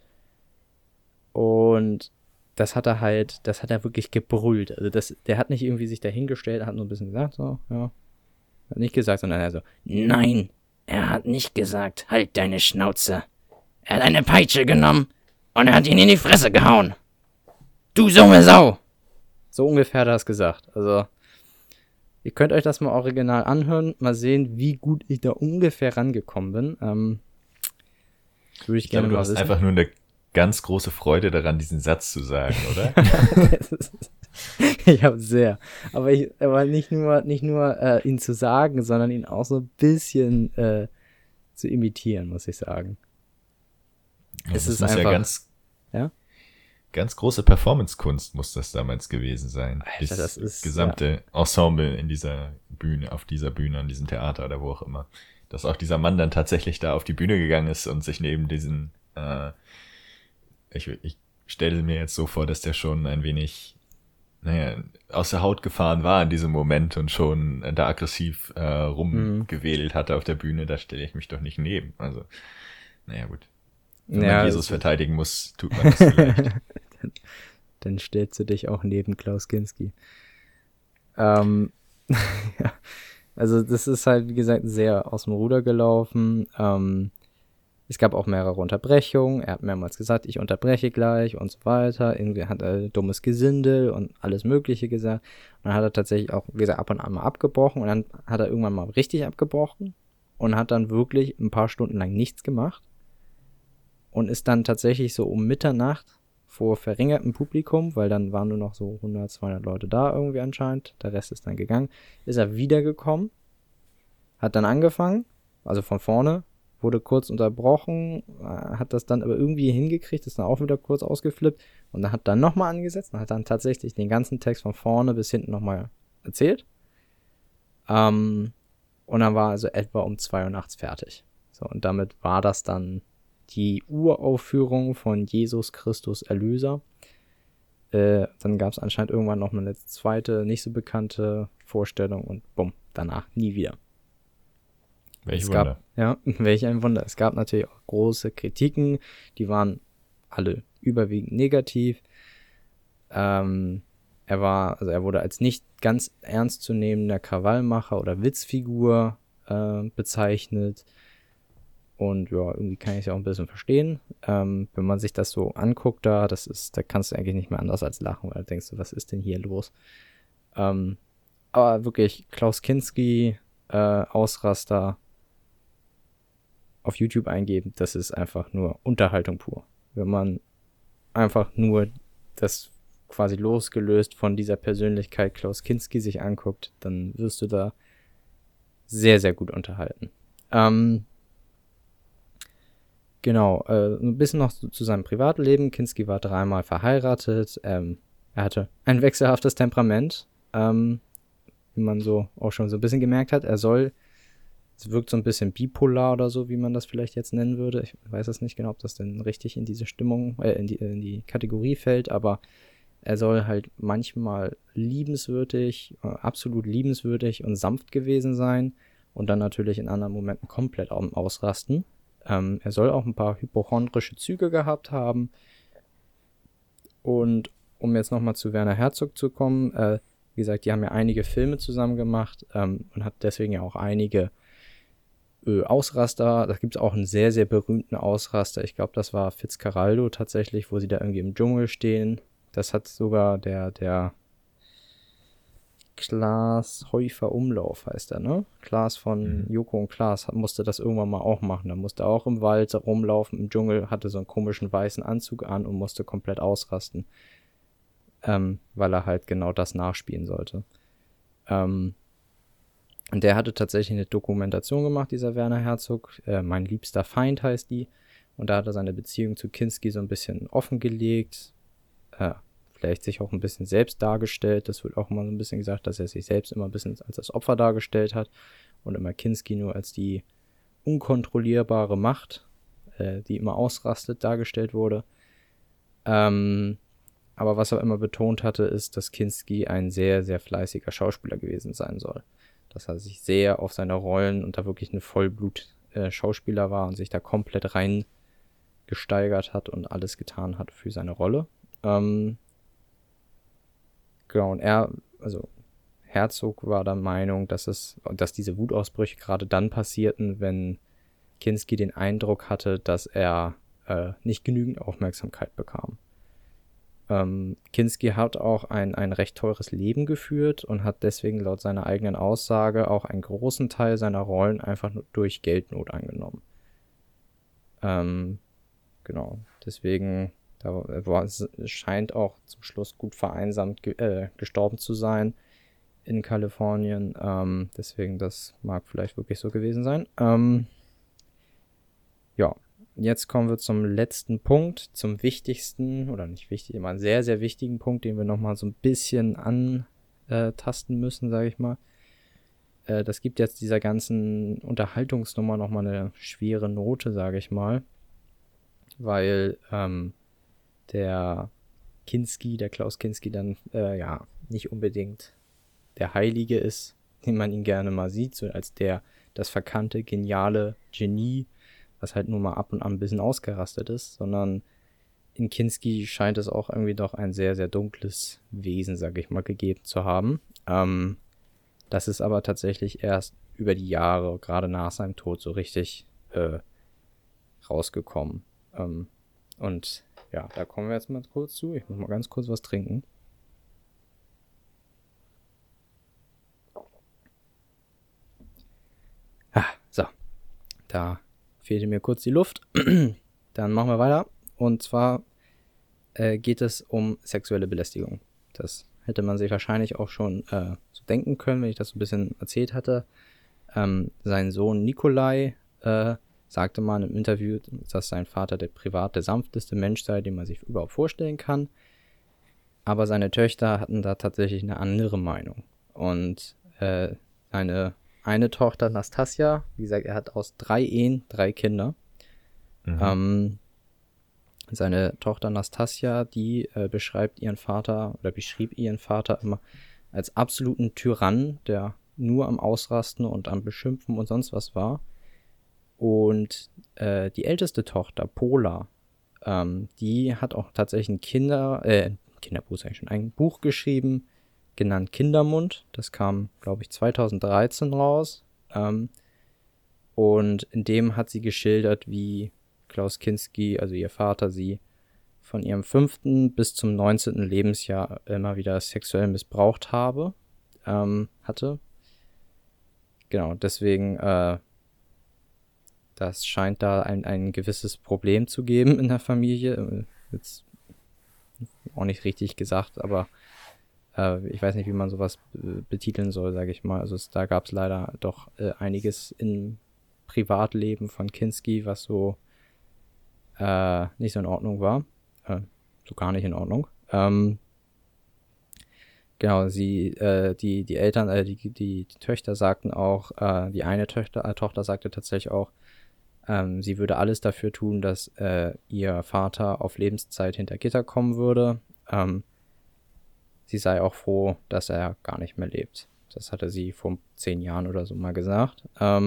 Und das hat er wirklich gebrüllt. Also der hat nicht irgendwie sich dahingestellt, hat nur ein bisschen gesagt, so, ja. Hat nicht gesagt, sondern er so, nein, er hat nicht gesagt, halt deine Schnauze. Er hat eine Peitsche genommen und er hat ihn in die Fresse gehauen. Du dumme Sau. So ungefähr hat er das gesagt. Also, ihr könnt euch das mal original anhören, mal sehen, wie gut ich da ungefähr rangekommen bin. Würde ich gerne glaube, mal du wissen. hast einfach nur eine ganz große Freude daran, diesen Satz zu sagen, oder? Ich habe sehr. Aber nicht nur ihn zu sagen, sondern ihn auch so ein bisschen zu imitieren, muss ich sagen. Das Es ist muss einfach, ganz große Performance-Kunst muss das damals gewesen sein. Alter, das ist, gesamte Ensemble in dieser Bühne, auf dieser Bühne, an diesem Theater oder wo auch immer. Dass auch dieser Mann dann tatsächlich da auf die Bühne gegangen ist und sich neben diesen, ich stelle mir jetzt so vor, dass der schon ein wenig, aus der Haut gefahren war in diesem Moment und schon da aggressiv rumgewedelt hatte auf der Bühne. Da stelle ich mich doch nicht neben. Also, gut. Wenn man Jesus verteidigen muss, tut man das vielleicht. Dann stellst du dich auch neben Klaus Kinski. Also das ist halt, wie gesagt, sehr aus dem Ruder gelaufen. Es gab auch mehrere Unterbrechungen. Er hat mehrmals gesagt, ich unterbreche gleich und so weiter. Irgendwie hat er dummes Gesindel und alles Mögliche gesagt. Und dann hat er tatsächlich auch, wie gesagt, ab und an mal abgebrochen. Und dann hat er irgendwann mal richtig abgebrochen und hat dann wirklich ein paar Stunden lang nichts gemacht. Und ist dann tatsächlich so um Mitternacht vor verringertem Publikum, weil dann waren nur noch so 100, 200 Leute da irgendwie anscheinend. Der Rest ist dann gegangen. Ist er wiedergekommen, hat dann angefangen, also von vorne, wurde kurz unterbrochen, hat das dann aber irgendwie hingekriegt, ist dann auch wieder kurz ausgeflippt und dann hat dann nochmal angesetzt und hat dann tatsächlich den ganzen Text von vorne bis hinten nochmal erzählt. Und dann war also etwa um 2 Uhr nachts fertig. So, und damit war das dann die Uraufführung von Jesus Christus Erlöser. Dann gab es anscheinend irgendwann noch mal eine zweite, nicht so bekannte Vorstellung und bumm, danach nie wieder. Welch Wunder. Welch ein Wunder. Es gab natürlich auch große Kritiken, die waren alle überwiegend negativ. Er wurde als nicht ganz ernstzunehmender Krawallmacher oder Witzfigur bezeichnet. Und ja, irgendwie kann ich es ja auch ein bisschen verstehen. Wenn man sich das so anguckt da kannst du eigentlich nicht mehr anders als lachen, weil du denkst, was ist denn hier los? Aber wirklich, Klaus Kinski, Ausraster, auf YouTube eingeben, das ist einfach nur Unterhaltung pur. Wenn man einfach nur das quasi losgelöst von dieser Persönlichkeit Klaus Kinski sich anguckt, dann wirst du da sehr, sehr gut unterhalten. Genau, ein bisschen noch zu seinem Privatleben. Kinski war 3-mal verheiratet. Er hatte ein wechselhaftes Temperament, wie man so auch schon so ein bisschen gemerkt hat. Es wirkt so ein bisschen bipolar oder so, wie man das vielleicht jetzt nennen würde. Ich weiß es nicht genau, ob das denn richtig in diese Stimmung, in die Kategorie fällt, aber er soll halt manchmal absolut liebenswürdig und sanft gewesen sein und dann natürlich in anderen Momenten komplett ausrasten. Er soll auch ein paar hypochondrische Züge gehabt haben. Und um jetzt nochmal zu Werner Herzog zu kommen, wie gesagt, die haben ja einige Filme zusammen gemacht und hat deswegen ja auch einige Ausraster. Da gibt es auch einen sehr, sehr berühmten Ausraster. Ich glaube, das war Fitzcarraldo tatsächlich, wo sie da irgendwie im Dschungel stehen. Das hat sogar der Klaas Häufer Umlauf heißt er, ne? Klaas von Joko und Klaas musste das irgendwann mal auch machen. Da musste er auch im Wald rumlaufen, im Dschungel, hatte so einen komischen weißen Anzug an und musste komplett ausrasten. Weil er halt genau das nachspielen sollte. Und der hatte tatsächlich eine Dokumentation gemacht, dieser Werner Herzog. Mein liebster Feind heißt die. Und da hat er seine Beziehung zu Kinski so ein bisschen offengelegt. Vielleicht sich auch ein bisschen selbst dargestellt. Das wird auch immer so ein bisschen gesagt, dass er sich selbst immer ein bisschen als das Opfer dargestellt hat und immer Kinski nur als die unkontrollierbare Macht, die immer ausrastet, dargestellt wurde. Aber was er immer betont hatte, ist, dass Kinski ein sehr, sehr fleißiger Schauspieler gewesen sein soll. Dass er sich sehr auf seine Rollen und da wirklich ein Vollblut-Schauspieler war und sich da komplett rein gesteigert hat und alles getan hat für seine Rolle. Genau, und Herzog war der Meinung, dass diese Wutausbrüche gerade dann passierten, wenn Kinski den Eindruck hatte, dass er nicht genügend Aufmerksamkeit bekam. Kinski hat auch ein recht teures Leben geführt und hat deswegen laut seiner eigenen Aussage auch einen großen Teil seiner Rollen einfach nur durch Geldnot angenommen. Genau, deswegen scheint auch zum Schluss gut vereinsamt gestorben zu sein in Kalifornien. Deswegen, das mag vielleicht wirklich so gewesen sein. Ja, jetzt kommen wir zum letzten Punkt, zum wichtigsten, oder nicht wichtig, immer einen sehr, sehr wichtigen Punkt, den wir nochmal so ein bisschen antasten müssen, sage ich mal. Das gibt jetzt dieser ganzen Unterhaltungsnummer nochmal eine schwere Note, sage ich mal, weil der Klaus Kinski dann nicht unbedingt der Heilige ist, den man ihn gerne mal sieht, so als das verkannte, geniale Genie, was halt nur mal ab und an ein bisschen ausgerastet ist, sondern in Kinski scheint es auch irgendwie doch ein sehr, sehr dunkles Wesen, sage ich mal, gegeben zu haben. Das ist aber tatsächlich erst über die Jahre, gerade nach seinem Tod, so richtig rausgekommen. Und ja, da kommen wir jetzt mal kurz zu. Ich muss mal ganz kurz was trinken. So, da fehlte mir kurz die Luft. Dann machen wir weiter. Und zwar geht es um sexuelle Belästigung. Das hätte man sich wahrscheinlich auch schon so denken können, wenn ich das so ein bisschen erzählt hatte. Sein Sohn Nikolai sagte mal im Interview, dass sein Vater der sanfteste Mensch sei, den man sich überhaupt vorstellen kann. Aber seine Töchter hatten da tatsächlich eine andere Meinung. Und seine eine Tochter, Nastassja, wie gesagt, er hat aus 3 Ehen 3 Kinder. Seine Tochter Nastassja, die beschrieb ihren Vater immer als absoluten Tyrann, der nur am Ausrasten und am Beschimpfen und sonst was war. Und die älteste Tochter, Pola, die hat auch tatsächlich ein Buch geschrieben, genannt Kindermund. Das kam, glaube ich, 2013 raus. Und in dem hat sie geschildert, wie Klaus Kinski, also ihr Vater, sie von ihrem 5. bis zum 19. Lebensjahr immer wieder sexuell missbraucht hatte. Genau, deswegen, das scheint da ein gewisses Problem zu geben in der Familie. Jetzt auch nicht richtig gesagt, aber ich weiß nicht, wie man sowas betiteln soll, sage ich mal. Also da gab es leider doch einiges im Privatleben von Kinski, was so nicht so in Ordnung war. So gar nicht in Ordnung. Genau, die Eltern, die Töchter sagten auch, die eine Tochter sagte tatsächlich auch, sie würde alles dafür tun, dass ihr Vater auf Lebenszeit hinter Gitter kommen würde. Sie sei auch froh, dass er gar nicht mehr lebt. Das hatte sie vor 10 Jahren oder so mal gesagt.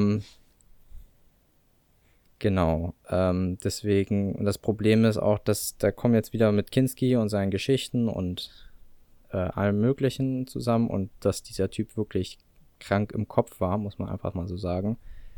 Genau, deswegen, und das Problem ist auch, dass da kommen jetzt wieder mit Kinski und seinen Geschichten und allem Möglichen zusammen und dass dieser Typ wirklich krank im Kopf war, muss man einfach mal so sagen.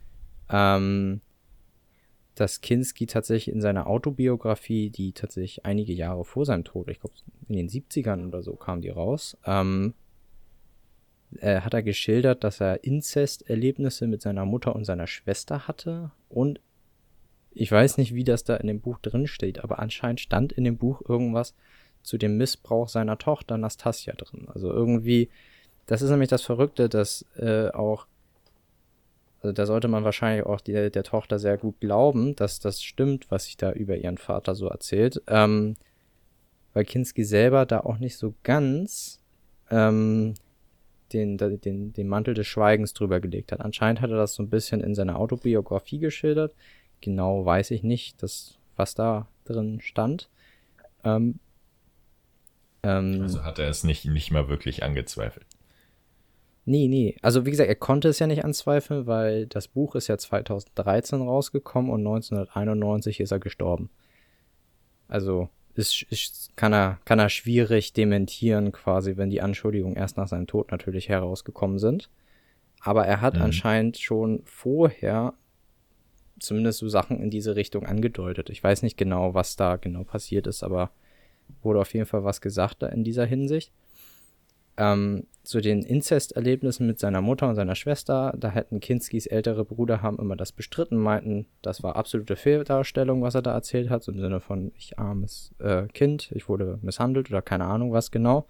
Dass Kinski tatsächlich in seiner Autobiografie, die tatsächlich einige Jahre vor seinem Tod, ich glaube in den 70ern oder so kam die raus, hat er geschildert, dass er Inzesterlebnisse mit seiner Mutter und seiner Schwester hatte und ich weiß nicht, wie das da in dem Buch drin steht, aber anscheinend stand in dem Buch irgendwas zu dem Missbrauch seiner Tochter Nastassja drin. Also irgendwie, das ist nämlich das Verrückte, dass also da sollte man wahrscheinlich auch der Tochter sehr gut glauben, dass das stimmt, was sich da über ihren Vater so erzählt, weil Kinski selber da auch nicht so ganz den Mantel des Schweigens drüber gelegt hat. Anscheinend hat er das so ein bisschen in seiner Autobiografie geschildert. Genau weiß ich nicht, was da drin stand. Also hat er es nicht mal wirklich angezweifelt. Nee. Also wie gesagt, er konnte es ja nicht anzweifeln, weil das Buch ist ja 2013 rausgekommen und 1991 ist er gestorben. Also kann er schwierig dementieren quasi, wenn die Anschuldigungen erst nach seinem Tod natürlich herausgekommen sind. Aber er hat anscheinend schon vorher zumindest so Sachen in diese Richtung angedeutet. Ich weiß nicht genau, was da genau passiert ist, aber wurde auf jeden Fall was gesagt da in dieser Hinsicht. Zu den Inzesterlebnissen mit seiner Mutter und seiner Schwester, da hätten Kinskis ältere Brüder haben immer das bestritten, meinten, das war absolute Fehldarstellung, was er da erzählt hat, so im Sinne von, ich armes Kind, ich wurde misshandelt oder keine Ahnung was genau.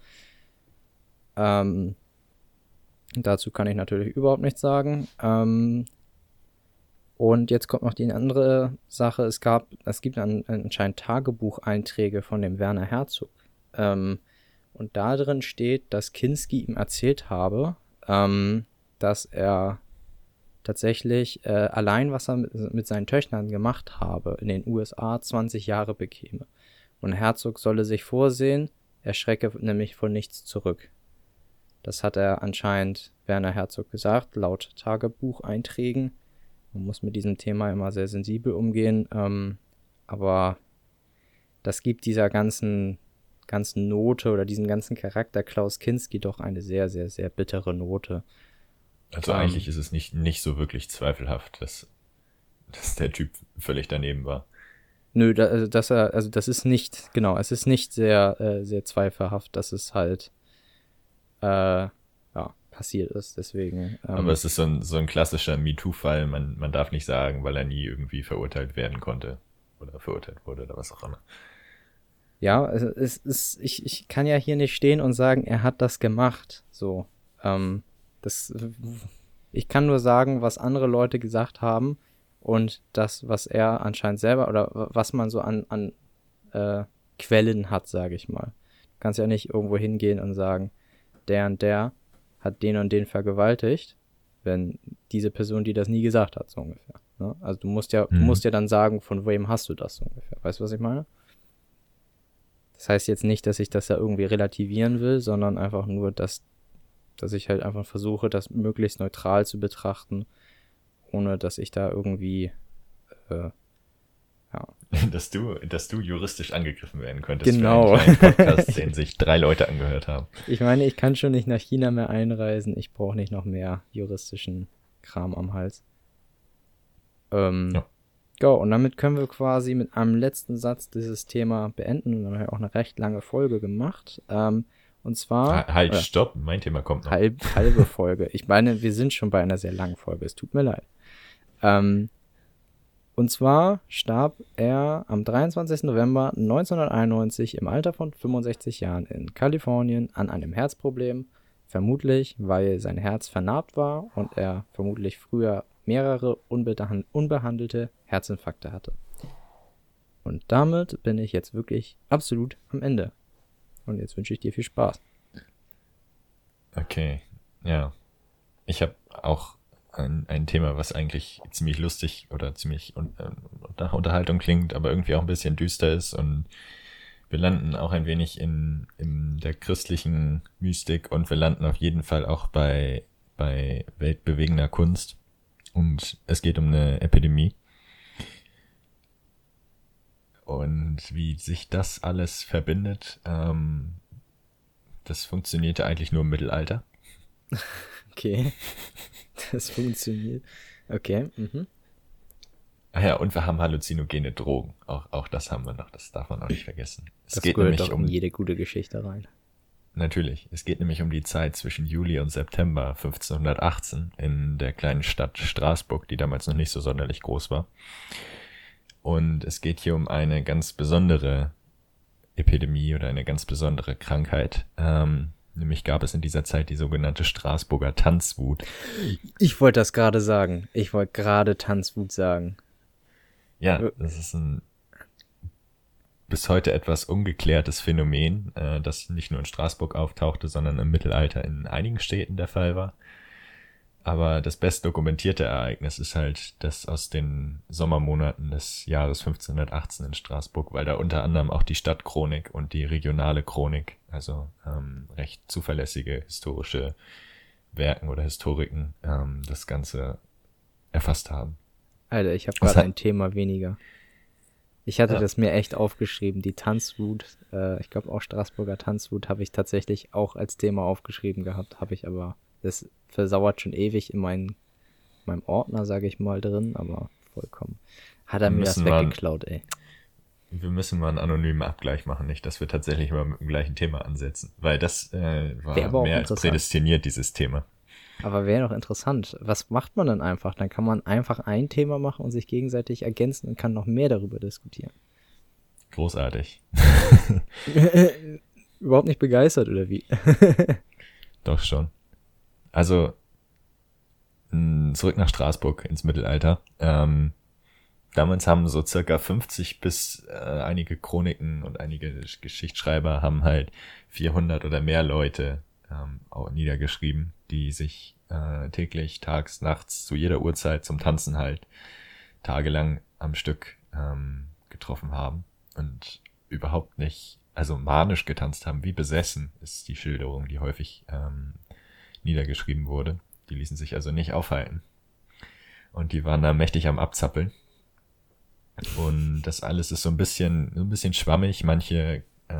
Dazu kann ich natürlich überhaupt nichts sagen. Und jetzt kommt noch die andere Sache, es gibt anscheinend Tagebucheinträge von dem Werner Herzog. Und da drin steht, dass Kinski ihm erzählt habe, dass er tatsächlich allein, was er mit seinen Töchtern gemacht habe, in den USA 20 Jahre bekäme. Und Herzog solle sich vorsehen, er schrecke nämlich vor nichts zurück. Das hat er anscheinend Werner Herzog gesagt, laut Tagebucheinträgen. Man muss mit diesem Thema immer sehr sensibel umgehen, aber das gibt dieser ganzen Note oder diesem ganzen Charakter Klaus Kinski doch eine sehr, sehr, sehr bittere Note. Also eigentlich ist es nicht so wirklich zweifelhaft, dass der Typ völlig daneben war. Nö, das ist nicht, genau, es ist nicht sehr, sehr zweifelhaft, dass es halt passiert ist, deswegen. Aber es ist so ein klassischer MeToo-Fall, man darf nicht sagen, weil er nie irgendwie verurteilt werden konnte oder verurteilt wurde oder was auch immer. Ja, ich kann ja hier nicht stehen und sagen, er hat das gemacht. So, ich kann nur sagen, was andere Leute gesagt haben und das, was er anscheinend selber oder was man so an Quellen hat, sage ich mal. Du kannst ja nicht irgendwo hingehen und sagen, der und der hat den und den vergewaltigt, wenn diese Person, die das nie gesagt hat, so ungefähr. Ne? Also du musst ja dann sagen, von wem hast du das so ungefähr. Weißt du, was ich meine? Das heißt jetzt nicht, dass ich das da irgendwie relativieren will, sondern einfach nur, dass ich halt einfach versuche, das möglichst neutral zu betrachten, ohne dass ich da irgendwie Dass du juristisch angegriffen werden könntest genau. für einen kleinen Podcast, den sich 3 Leute angehört haben. Ich meine, ich kann schon nicht nach China mehr einreisen, ich brauche nicht noch mehr juristischen Kram am Hals. Ja. Go, und damit können wir quasi mit einem letzten Satz dieses Thema beenden. Wir haben ja auch eine recht lange Folge gemacht. Und zwar... Stopp, mein Thema kommt noch. Halbe Folge. Ich meine, wir sind schon bei einer sehr langen Folge, es tut mir leid. Und zwar starb er am 23. November 1991 im Alter von 65 Jahren in Kalifornien an einem Herzproblem. Vermutlich, weil sein Herz vernarbt war und er vermutlich früher mehrere unbehandelte Herzinfarkte hatte. Und damit bin ich jetzt wirklich absolut am Ende. Und jetzt wünsche ich dir viel Spaß. Okay, ja. Ich habe auch ein Thema, was eigentlich ziemlich lustig oder ziemlich nach Unterhaltung klingt, aber irgendwie auch ein bisschen düster ist. Und wir landen auch ein wenig in der christlichen Mystik und wir landen auf jeden Fall auch bei weltbewegender Kunst. Und es geht um eine Epidemie. Und wie sich das alles verbindet, das funktionierte eigentlich nur im Mittelalter. Okay, das funktioniert. Okay, Ach ja, und wir haben halluzinogene Drogen. Auch das haben wir noch, das darf man auch nicht vergessen. Das geht nämlich doch in jede gute Geschichte rein. Natürlich, es geht nämlich um die Zeit zwischen Juli und September 1518 in der kleinen Stadt Straßburg, die damals noch nicht so sonderlich groß war. Und es geht hier um eine ganz besondere Epidemie oder eine ganz besondere Krankheit. Nämlich gab es in dieser Zeit die sogenannte Straßburger Tanzwut. Ich wollte das gerade sagen. Ich wollte gerade Tanzwut sagen. Ja, das ist ein bis heute etwas ungeklärtes Phänomen, das nicht nur in Straßburg auftauchte, sondern im Mittelalter in einigen Städten der Fall war. Aber das best dokumentierte Ereignis ist halt das aus den Sommermonaten des Jahres 1518 in Straßburg, weil da unter anderem auch die Stadtchronik und die regionale Chronik, also recht zuverlässige historische Werken oder Historiken, das Ganze erfasst haben. Alter, ich habe Was gerade hat- ein Thema weniger. Ich hatte Ja. das mir echt aufgeschrieben. Die Tanzwut, ich glaube auch Straßburger Tanzwut habe ich tatsächlich auch als Thema aufgeschrieben gehabt, habe ich aber, das versauert schon ewig in meinem Ordner, sage ich mal, drin, aber vollkommen. Hat er mir das weggeklaut, ey. Wir müssen mal einen anonymen Abgleich machen, nicht, dass wir tatsächlich mal mit dem gleichen Thema ansetzen, weil das Wäre war aber auch mehr als interessant. prädestiniert, dieses Thema. Aber wäre doch interessant. Was macht man dann einfach? Dann kann man einfach ein Thema machen und sich gegenseitig ergänzen und kann noch mehr darüber diskutieren. Großartig. Überhaupt nicht begeistert, oder wie? Doch schon. Also, zurück nach Straßburg ins Mittelalter. Damals haben so circa 50 bis einige Chroniken und einige Geschichtsschreiber haben halt 400 oder mehr Leute auch niedergeschrieben, die sich täglich, tags, nachts, zu jeder Uhrzeit zum Tanzen halt tagelang am Stück getroffen haben und überhaupt nicht, also manisch getanzt haben, wie besessen ist die Schilderung, die häufig niedergeschrieben wurde. Die ließen sich also nicht aufhalten. Und die waren da mächtig am Abzappeln. Und das alles ist so ein bisschen schwammig. Manche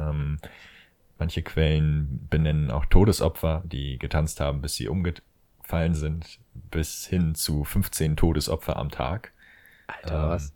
Quellen benennen auch Todesopfer, die getanzt haben, bis sie umgefallen sind, bis hin zu 15 Todesopfer am Tag. Alter, was?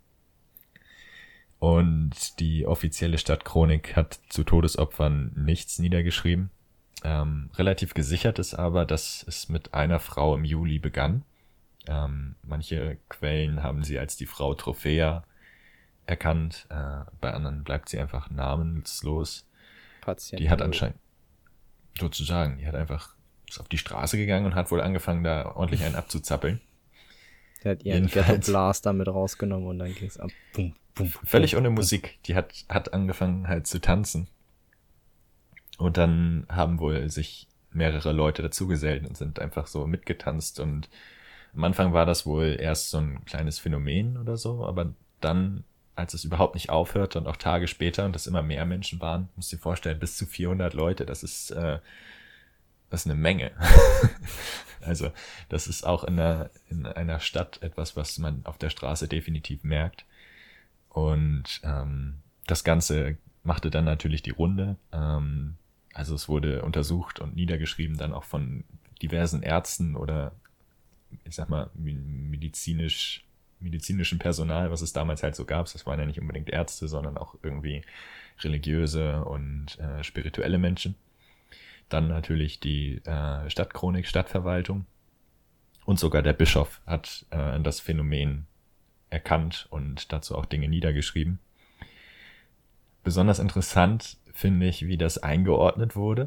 Und die offizielle Stadtchronik hat zu Todesopfern nichts niedergeschrieben. Relativ gesichert ist aber, dass es mit einer Frau im Juli begann. Manche Quellen haben sie als die Frau Trophäa erkannt, bei anderen bleibt sie einfach namenslos. Patient. Die hat anscheinend, sozusagen, die hat einfach, ist auf die Straße gegangen und hat wohl angefangen, da ordentlich einen abzuzappeln. Der hat ihren Jedenfalls. Ghetto-Blaster mit rausgenommen und dann ging's ab. Bum, bum, Völlig bum, ohne bum. Musik. Die hat angefangen halt zu tanzen. Und dann haben wohl sich mehrere Leute dazugesellt und sind einfach so mitgetanzt. Und am Anfang war das wohl erst so ein kleines Phänomen oder so, aber dann, als es überhaupt nicht aufhörte und auch Tage später und das immer mehr Menschen waren, musst du dir vorstellen, bis zu 400 Leute, das ist eine Menge. Also das ist auch in einer Stadt etwas, was man auf der Straße definitiv merkt. Und das Ganze machte dann natürlich die Runde. Also es wurde untersucht und niedergeschrieben dann auch von diversen Ärzten oder ich sag mal medizinischen Personal, was es damals halt so gab. Das waren ja nicht unbedingt Ärzte, sondern auch irgendwie religiöse und spirituelle Menschen. Dann natürlich die Stadtchronik, Stadtverwaltung und sogar der Bischof hat das Phänomen erkannt und dazu auch Dinge niedergeschrieben. Besonders interessant finde ich, wie das eingeordnet wurde.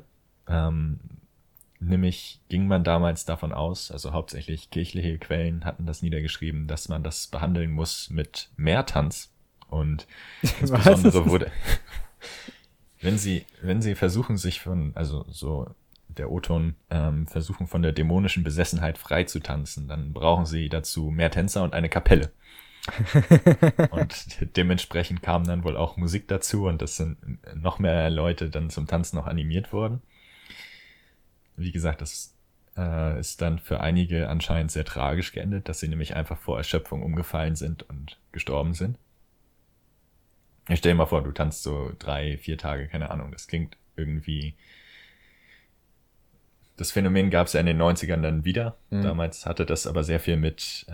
Nämlich ging man damals davon aus, also hauptsächlich kirchliche Quellen hatten das niedergeschrieben, dass man das behandeln muss mit Mehrtanz. Und insbesondere wurde, wenn sie versuchen sich also so der O-Ton, versuchen von der dämonischen Besessenheit frei zu tanzen, dann brauchen sie dazu mehr Tänzer und eine Kapelle. Und dementsprechend kam dann wohl auch Musik dazu und das sind noch mehr Leute dann zum Tanzen noch animiert worden. Wie gesagt, das ist dann für einige anscheinend sehr tragisch geendet, dass sie nämlich einfach vor Erschöpfung umgefallen sind und gestorben sind. Ich stell dir mal vor, du tanzt so 3-4 Tage, keine Ahnung, das klingt irgendwie... Das Phänomen gab es ja in den 90ern dann wieder. Damals hatte das aber sehr viel mit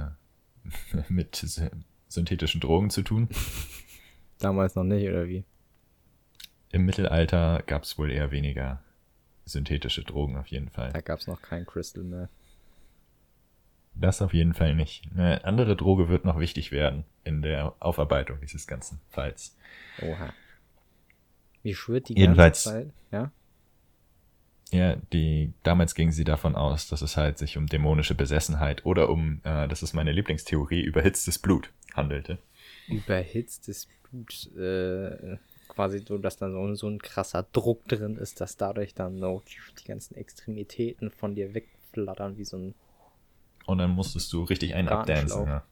synthetischen Drogen zu tun. Damals noch nicht, oder wie? Im Mittelalter gab es wohl eher weniger synthetische Drogen auf jeden Fall. Da gab's noch kein Crystal mehr. Das auf jeden Fall nicht. Eine andere Droge wird noch wichtig werden in der Aufarbeitung dieses ganzen Falls. Oha. Wie schwirrt die Jedenfalls- ganze Zeit? Ja? Ja, damals gingen sie davon aus, dass es halt sich um dämonische Besessenheit oder das ist meine Lieblingstheorie, überhitztes Blut handelte. Überhitztes Blut, quasi so, dass dann so ein krasser Druck drin ist, dass dadurch dann so die ganzen Extremitäten von dir wegflattern wie so ein Und dann musstest du richtig einen abdancen. Ja.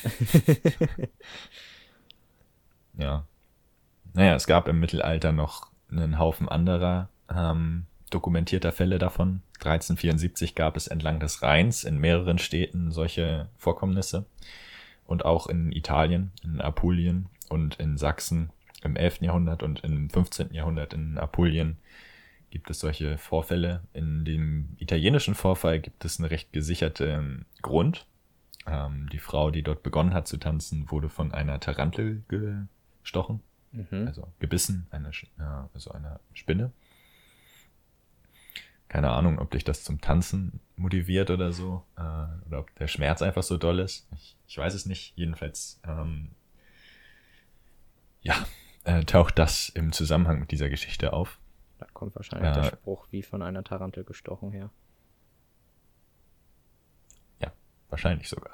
Ja. Naja, es gab im Mittelalter noch einen Haufen anderer dokumentierter Fälle davon. 1374 gab es entlang des Rheins in mehreren Städten solche Vorkommnisse. Und auch in Italien, in Apulien und in Sachsen im 11. Jahrhundert und im 15. Jahrhundert in Apulien gibt es solche Vorfälle. In dem italienischen Vorfall gibt es einen recht gesicherten Grund. Die Frau, die dort begonnen hat zu tanzen, wurde von einer Tarantel gestochen, also gebissen, also einer Spinne. Keine Ahnung, ob dich das zum Tanzen motiviert oder so, oder ob der Schmerz einfach so doll ist. Ich weiß es nicht. Jedenfalls, taucht das im Zusammenhang mit dieser Geschichte auf. Da kommt wahrscheinlich der Spruch, wie von einer Tarantel gestochen, her. Ja, wahrscheinlich sogar.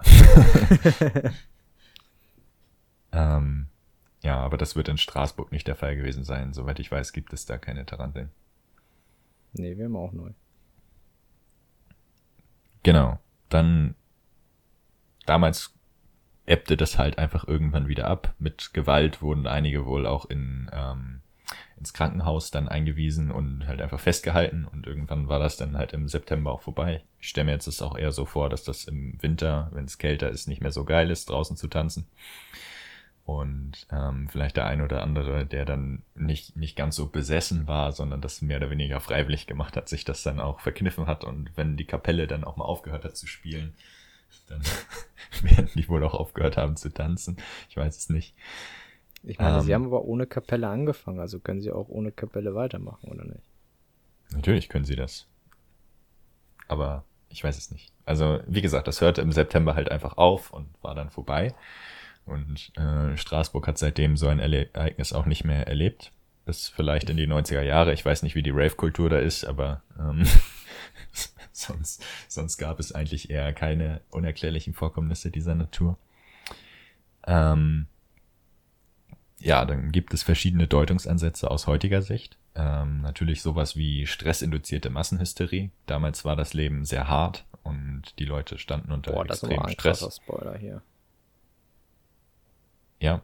Ja, aber das wird in Straßburg nicht der Fall gewesen sein. Soweit ich weiß, gibt es da keine Taranteln. Nee, wir haben auch neu. Genau. Dann, damals ebbte das halt einfach irgendwann wieder ab. Mit Gewalt wurden einige wohl auch ins Krankenhaus dann eingewiesen und halt einfach festgehalten. Und irgendwann war das dann halt im September auch vorbei. Ich stelle mir jetzt das auch eher so vor, dass das im Winter, wenn es kälter ist, nicht mehr so geil ist, draußen zu tanzen. Und vielleicht der ein oder andere, der dann nicht ganz so besessen war, sondern das mehr oder weniger freiwillig gemacht hat, sich das dann auch verkniffen hat. Und wenn die Kapelle dann auch mal aufgehört hat zu spielen, dann werden die wohl auch aufgehört haben zu tanzen. Ich weiß es nicht. Ich meine, sie haben aber ohne Kapelle angefangen, also können sie auch ohne Kapelle weitermachen, oder nicht? Natürlich können sie das. Aber ich weiß es nicht. Also, wie gesagt, das hörte im September halt einfach auf und war dann vorbei. Und Straßburg hat seitdem so ein Ereignis auch nicht mehr erlebt. Bis vielleicht in die 90er Jahre. Ich weiß nicht, wie die Rave-Kultur da ist, aber sonst gab es eigentlich eher keine unerklärlichen Vorkommnisse dieser Natur. Ja, dann gibt es verschiedene Deutungsansätze aus heutiger Sicht. Natürlich sowas wie stressinduzierte Massenhysterie. Damals war das Leben sehr hart und die Leute standen unter extremem Stress. Das ist ein Spoiler hier. Ja,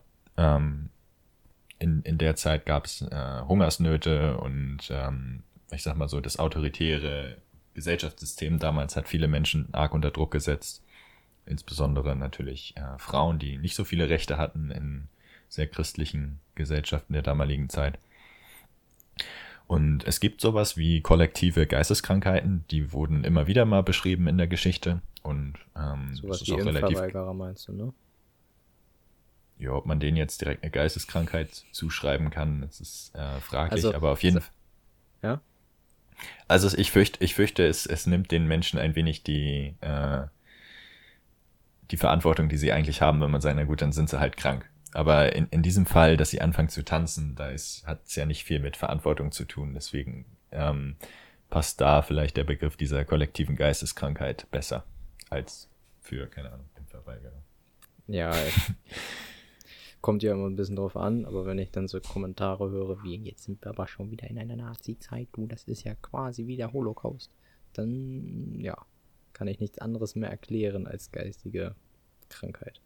in der Zeit gab es Hungersnöte und ich sag mal so, das autoritäre Gesellschaftssystem damals hat viele Menschen arg unter Druck gesetzt. Insbesondere natürlich Frauen, die nicht so viele Rechte hatten in sehr christlichen Gesellschaften der damaligen Zeit. Und es gibt sowas wie kollektive Geisteskrankheiten, die wurden immer wieder mal beschrieben in der Geschichte. Und sowas das ist wie auch relativ. Impfverweigerer meinst du, ne? Ja, ob man denen jetzt direkt eine Geisteskrankheit zuschreiben kann, das ist fraglich, Also, aber auf jeden Fall. Ja? Also ich fürchte, es nimmt den Menschen ein wenig die Verantwortung, die sie eigentlich haben, wenn man sagt, na gut, dann sind sie halt krank. Aber in diesem Fall, dass sie anfangen zu tanzen, hat es ja nicht viel mit Verantwortung zu tun. Deswegen passt da vielleicht der Begriff dieser kollektiven Geisteskrankheit besser als für, keine Ahnung, Impfverweigerer. Ja, kommt ja immer ein bisschen drauf an, aber wenn ich dann so Kommentare höre, wie jetzt sind wir aber schon wieder in einer Nazi-Zeit, das ist ja quasi wie der Holocaust, dann, ja, kann ich nichts anderes mehr erklären als geistige Krankheit.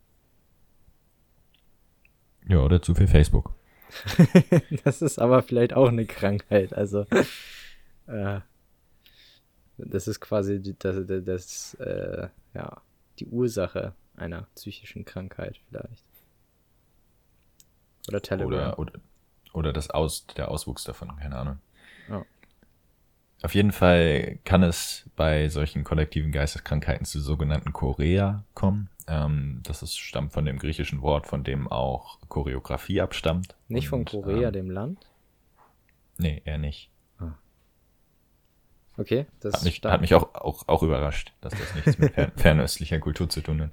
Ja, oder zu viel Facebook. Das ist aber vielleicht auch eine Krankheit, also das ist quasi die Ursache einer psychischen Krankheit vielleicht. Oder Telegram. Oder der Auswuchs davon, keine Ahnung. Oh. Auf jeden Fall kann es bei solchen kollektiven Geisteskrankheiten zu sogenannten Chorea kommen. Das stammt von dem griechischen Wort, von dem auch Choreografie abstammt. Nicht von Korea, dem Land? Nee, eher nicht. Ah. Okay, das hat mich auch überrascht, dass das nichts mit fernöstlicher Kultur zu tun hat.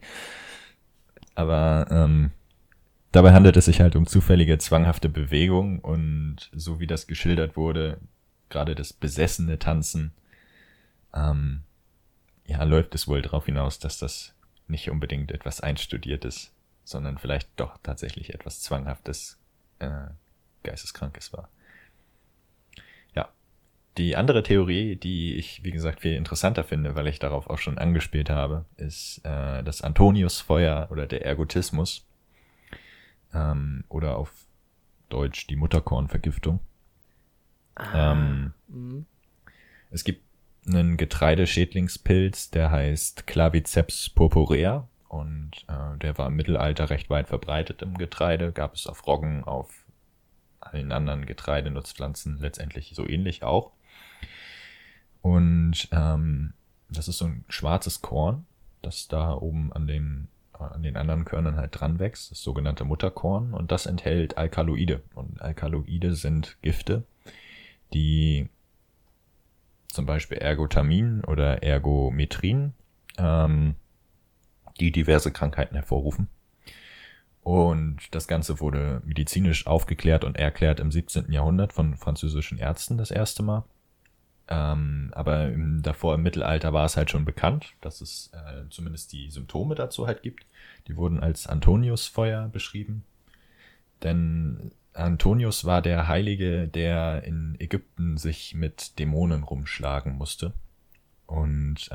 Aber dabei handelt es sich halt um zufällige, zwanghafte Bewegung und so wie das geschildert wurde, gerade das besessene Tanzen, läuft es wohl darauf hinaus, dass das nicht unbedingt etwas Einstudiertes, sondern vielleicht doch tatsächlich etwas Zwanghaftes, Geisteskrankes war. Ja. Die andere Theorie, die ich, wie gesagt, viel interessanter finde, weil ich darauf auch schon angespielt habe, ist das Antoniusfeuer oder der Ergotismus. Oder auf Deutsch die Mutterkornvergiftung. Es gibt einen Getreideschädlingspilz, der heißt Claviceps purpurea und der war im Mittelalter recht weit verbreitet im Getreide, gab es auf Roggen, auf allen anderen Getreidenutzpflanzen letztendlich so ähnlich auch. Und das ist so ein schwarzes Korn, das da oben an den anderen Körnern halt dran wächst, das sogenannte Mutterkorn, und das enthält Alkaloide. Und Alkaloide sind Gifte, die zum Beispiel Ergotamin oder Ergometrin, die diverse Krankheiten hervorrufen. Und das Ganze wurde medizinisch aufgeklärt und erklärt im 17. Jahrhundert von französischen Ärzten das erste Mal. Aber davor im Mittelalter war es halt schon bekannt, dass es zumindest die Symptome dazu halt gibt. Die wurden als Antoniusfeuer beschrieben. Denn Antonius war der Heilige, der in Ägypten sich mit Dämonen rumschlagen musste. Und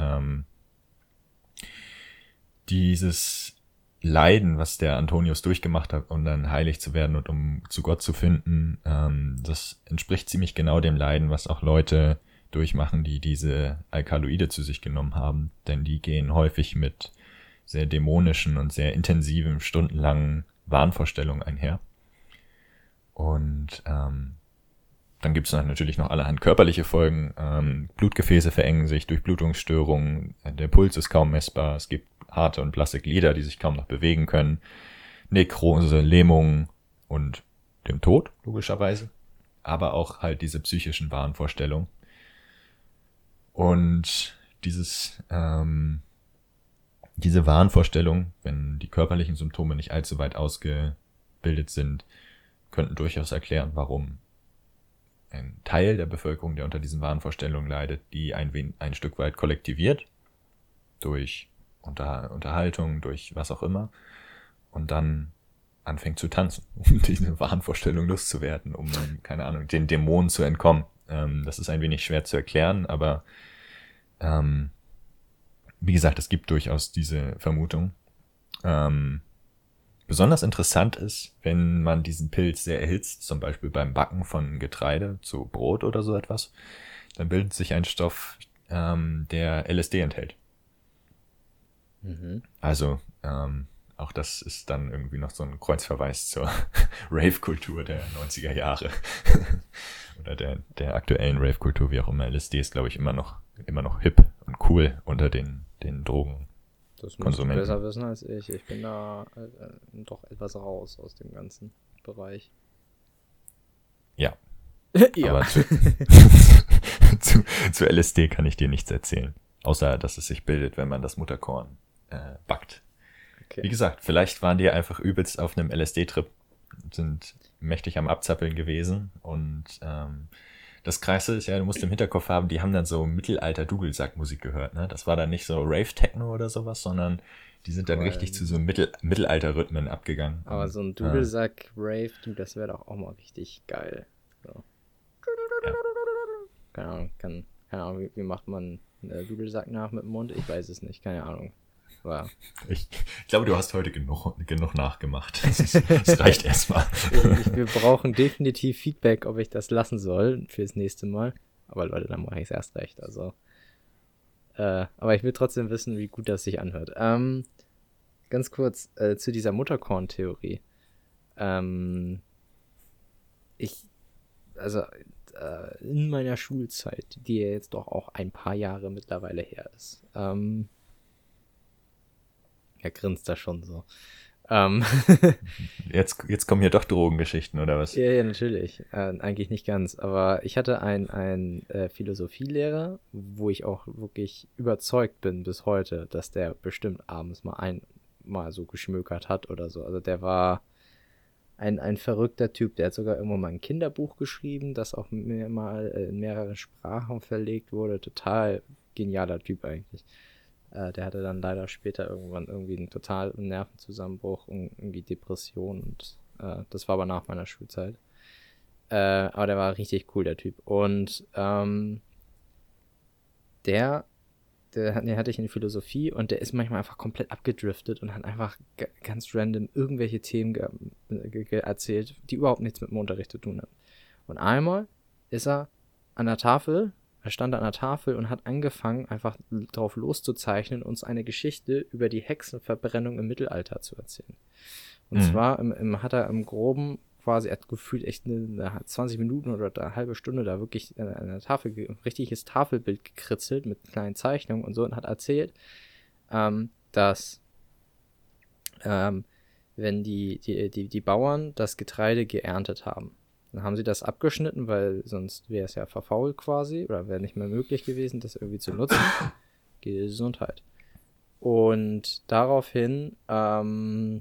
dieses Leiden, was der Antonius durchgemacht hat, um dann heilig zu werden und um zu Gott zu finden, das entspricht ziemlich genau dem Leiden, was auch Leute durchmachen, die diese Alkaloide zu sich genommen haben. Denn die gehen häufig mit sehr dämonischen und sehr intensiven, stundenlangen Wahnvorstellungen einher. Und dann gibt es natürlich noch allerhand körperliche Folgen. Blutgefäße verengen sich durch Blutungsstörungen, der Puls ist kaum messbar, es gibt harte und blasse Glieder, die sich kaum noch bewegen können, Nekrose, Lähmung und dem Tod, logischerweise. Aber auch halt diese psychischen Wahnvorstellungen. Und diese Wahnvorstellung, wenn die körperlichen Symptome nicht allzu weit ausgebildet sind, könnten durchaus erklären, warum ein Teil der Bevölkerung, der unter diesen Wahnvorstellungen leidet, die ein Stück weit kollektiviert, durch Unterhaltung, durch was auch immer, und dann anfängt zu tanzen, um diese Wahnvorstellung loszuwerden, um, keine Ahnung, den Dämonen zu entkommen. Das ist ein wenig schwer zu erklären, aber wie gesagt, es gibt durchaus diese Vermutung. Besonders interessant ist, wenn man diesen Pilz sehr erhitzt, zum Beispiel beim Backen von Getreide zu Brot oder so etwas, dann bildet sich ein Stoff, der LSD enthält. Also auch das ist dann irgendwie noch so ein Kreuzverweis zur Rave-Kultur der 90er Jahre. Oder der aktuellen Rave-Kultur, wie auch immer. LSD ist, glaube ich, immer noch hip und cool unter den Drogen. Das musst du besser wissen als ich. Ich bin da doch etwas raus aus dem ganzen Bereich. Ja. Ja. Aber zu LSD kann ich dir nichts erzählen. Außer, dass es sich bildet, wenn man das Mutterkorn backt. Okay. Wie gesagt, vielleicht waren die einfach übelst auf einem LSD-Trip, sind mächtig am Abzappeln gewesen. Und das Krasse ist ja, du musst im Hinterkopf haben, die haben dann so Mittelalter-Dudelsack-Musik gehört. Ne? Das war dann nicht so Rave-Techno oder sowas, sondern die sind dann richtig zu so Mittelalter-Rhythmen abgegangen. Aber so ein Dudelsack-Rave, das wäre doch auch mal richtig geil. So. Ja. Keine Ahnung, wie macht man einen Dudelsack nach mit dem Mund? Ich weiß es nicht, keine Ahnung. Wow. Ich glaube, du hast heute genug nachgemacht. Das reicht erstmal. Wir brauchen definitiv Feedback, ob ich das lassen soll fürs nächste Mal. Aber Leute, dann mache ich es erst recht. Also, aber ich will trotzdem wissen, wie gut das sich anhört. Ganz kurz zu dieser Mutterkorn-Theorie. In meiner Schulzeit, die ja jetzt doch auch ein paar Jahre mittlerweile her ist, er grinst da schon so. Jetzt kommen hier doch Drogengeschichten, oder was? Ja, natürlich. Eigentlich nicht ganz. Aber ich hatte einen Philosophielehrer, wo ich auch wirklich überzeugt bin bis heute, dass der bestimmt abends mal so geschmökert hat oder so. Also der war ein verrückter Typ. Der hat sogar irgendwann mal ein Kinderbuch geschrieben, das auch mal in mehreren Sprachen verlegt wurde. Total genialer Typ eigentlich. Der hatte dann leider später irgendwann irgendwie einen totalen Nervenzusammenbruch und irgendwie Depression und das war aber nach meiner Schulzeit. Aber der war richtig cool, der Typ. Und den hatte ich in Philosophie und der ist manchmal einfach komplett abgedriftet und hat einfach ganz random irgendwelche Themen erzählt, die überhaupt nichts mit dem Unterricht zu tun haben. Und einmal ist er stand an der Tafel und hat angefangen, einfach drauf loszuzeichnen, uns eine Geschichte über die Hexenverbrennung im Mittelalter zu erzählen. Und zwar hat er im Groben quasi, er hat gefühlt echt 20 Minuten oder eine halbe Stunde da wirklich an der Tafel, ein richtiges Tafelbild gekritzelt mit kleinen Zeichnungen und so und hat erzählt, dass wenn die Bauern das Getreide geerntet haben, dann haben sie das abgeschnitten, weil sonst wäre es ja verfault quasi oder wäre nicht mehr möglich gewesen, das irgendwie zu nutzen. Gesundheit. Und daraufhin haben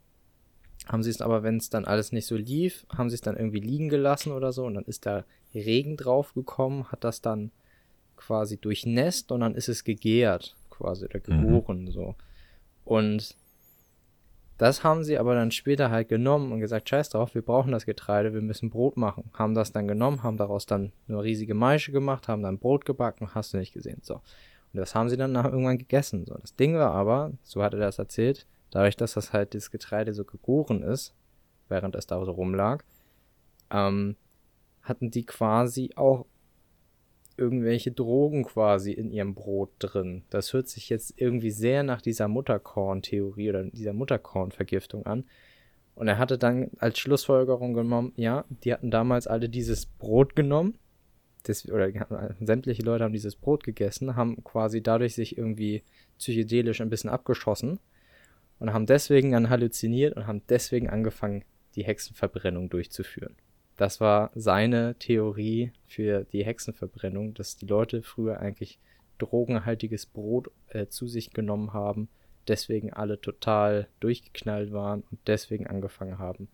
sie es aber, wenn es dann alles nicht so lief, haben sie es dann irgendwie liegen gelassen oder so und dann ist da Regen drauf gekommen, hat das dann quasi durchnässt und dann ist es gegärt quasi oder gegoren so. Und das haben sie aber dann später halt genommen und gesagt, scheiß drauf, wir brauchen das Getreide, wir müssen Brot machen. Haben das dann genommen, haben daraus dann eine riesige Maische gemacht, haben dann Brot gebacken, hast du nicht gesehen. So. Und das haben sie dann irgendwann gegessen. So. Das Ding war aber, so hat er das erzählt, dadurch, dass das Getreide so gegoren ist, während es da so rumlag, hatten die quasi auch irgendwelche Drogen quasi in ihrem Brot drin. Das hört sich jetzt irgendwie sehr nach dieser Mutterkorn-Theorie oder dieser Mutterkorn-Vergiftung an. Und er hatte dann als Schlussfolgerung genommen, ja, die hatten damals alle dieses Brot genommen, sämtliche Leute haben dieses Brot gegessen, haben quasi dadurch sich irgendwie psychedelisch ein bisschen abgeschossen und haben deswegen dann halluziniert und haben deswegen angefangen, die Hexenverbrennung durchzuführen. Das war seine Theorie für die Hexenverbrennung, dass die Leute früher eigentlich drogenhaltiges Brot zu sich genommen haben, deswegen alle total durchgeknallt waren und deswegen angefangen haben,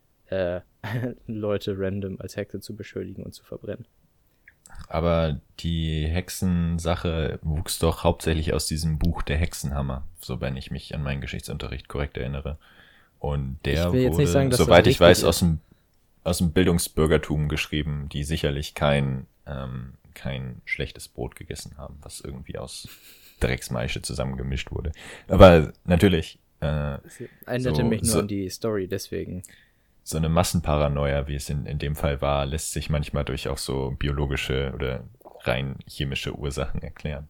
Leute random als Hexe zu beschuldigen und zu verbrennen. Aber die Hexensache wuchs doch hauptsächlich aus diesem Buch Der Hexenhammer, so wenn ich mich an meinen Geschichtsunterricht korrekt erinnere. Und der wurde, soweit ich weiß, aus dem Bildungsbürgertum geschrieben, die sicherlich kein schlechtes Brot gegessen haben, was irgendwie aus Drecksmaische zusammengemischt wurde. Aber natürlich. Das erinnerte mich nur an die Story, deswegen. So eine Massenparanoia, wie es in dem Fall war, lässt sich manchmal durch auch so biologische oder rein chemische Ursachen erklären.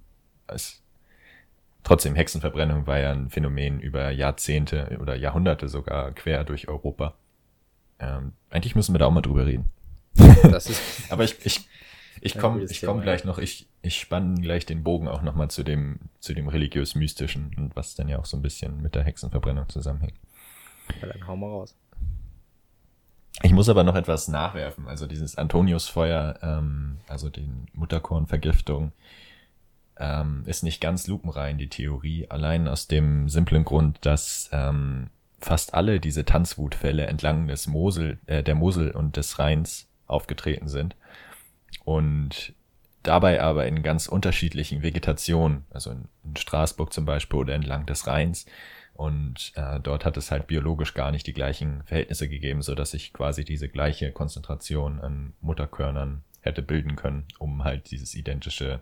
Trotzdem, Hexenverbrennung war ja ein Phänomen über Jahrzehnte oder Jahrhunderte sogar quer durch Europa. Eigentlich müssen wir da auch mal drüber reden. Das ist aber ich komme gleich noch, ich spanne gleich den Bogen auch nochmal zu dem religiös-mystischen und was dann ja auch so ein bisschen mit der Hexenverbrennung zusammenhängt. Ja, dann hau mal raus. Ich muss aber noch etwas nachwerfen, also dieses Antoniusfeuer, also die Mutterkornvergiftung, ist nicht ganz lupenrein, die Theorie, allein aus dem simplen Grund, dass fast alle diese Tanzwutfälle entlang der Mosel und des Rheins aufgetreten sind und dabei aber in ganz unterschiedlichen Vegetationen, also in Straßburg zum Beispiel oder entlang des Rheins. Und dort hat es halt biologisch gar nicht die gleichen Verhältnisse gegeben, so dass sich quasi diese gleiche Konzentration an Mutterkörnern hätte bilden können, um halt dieses identische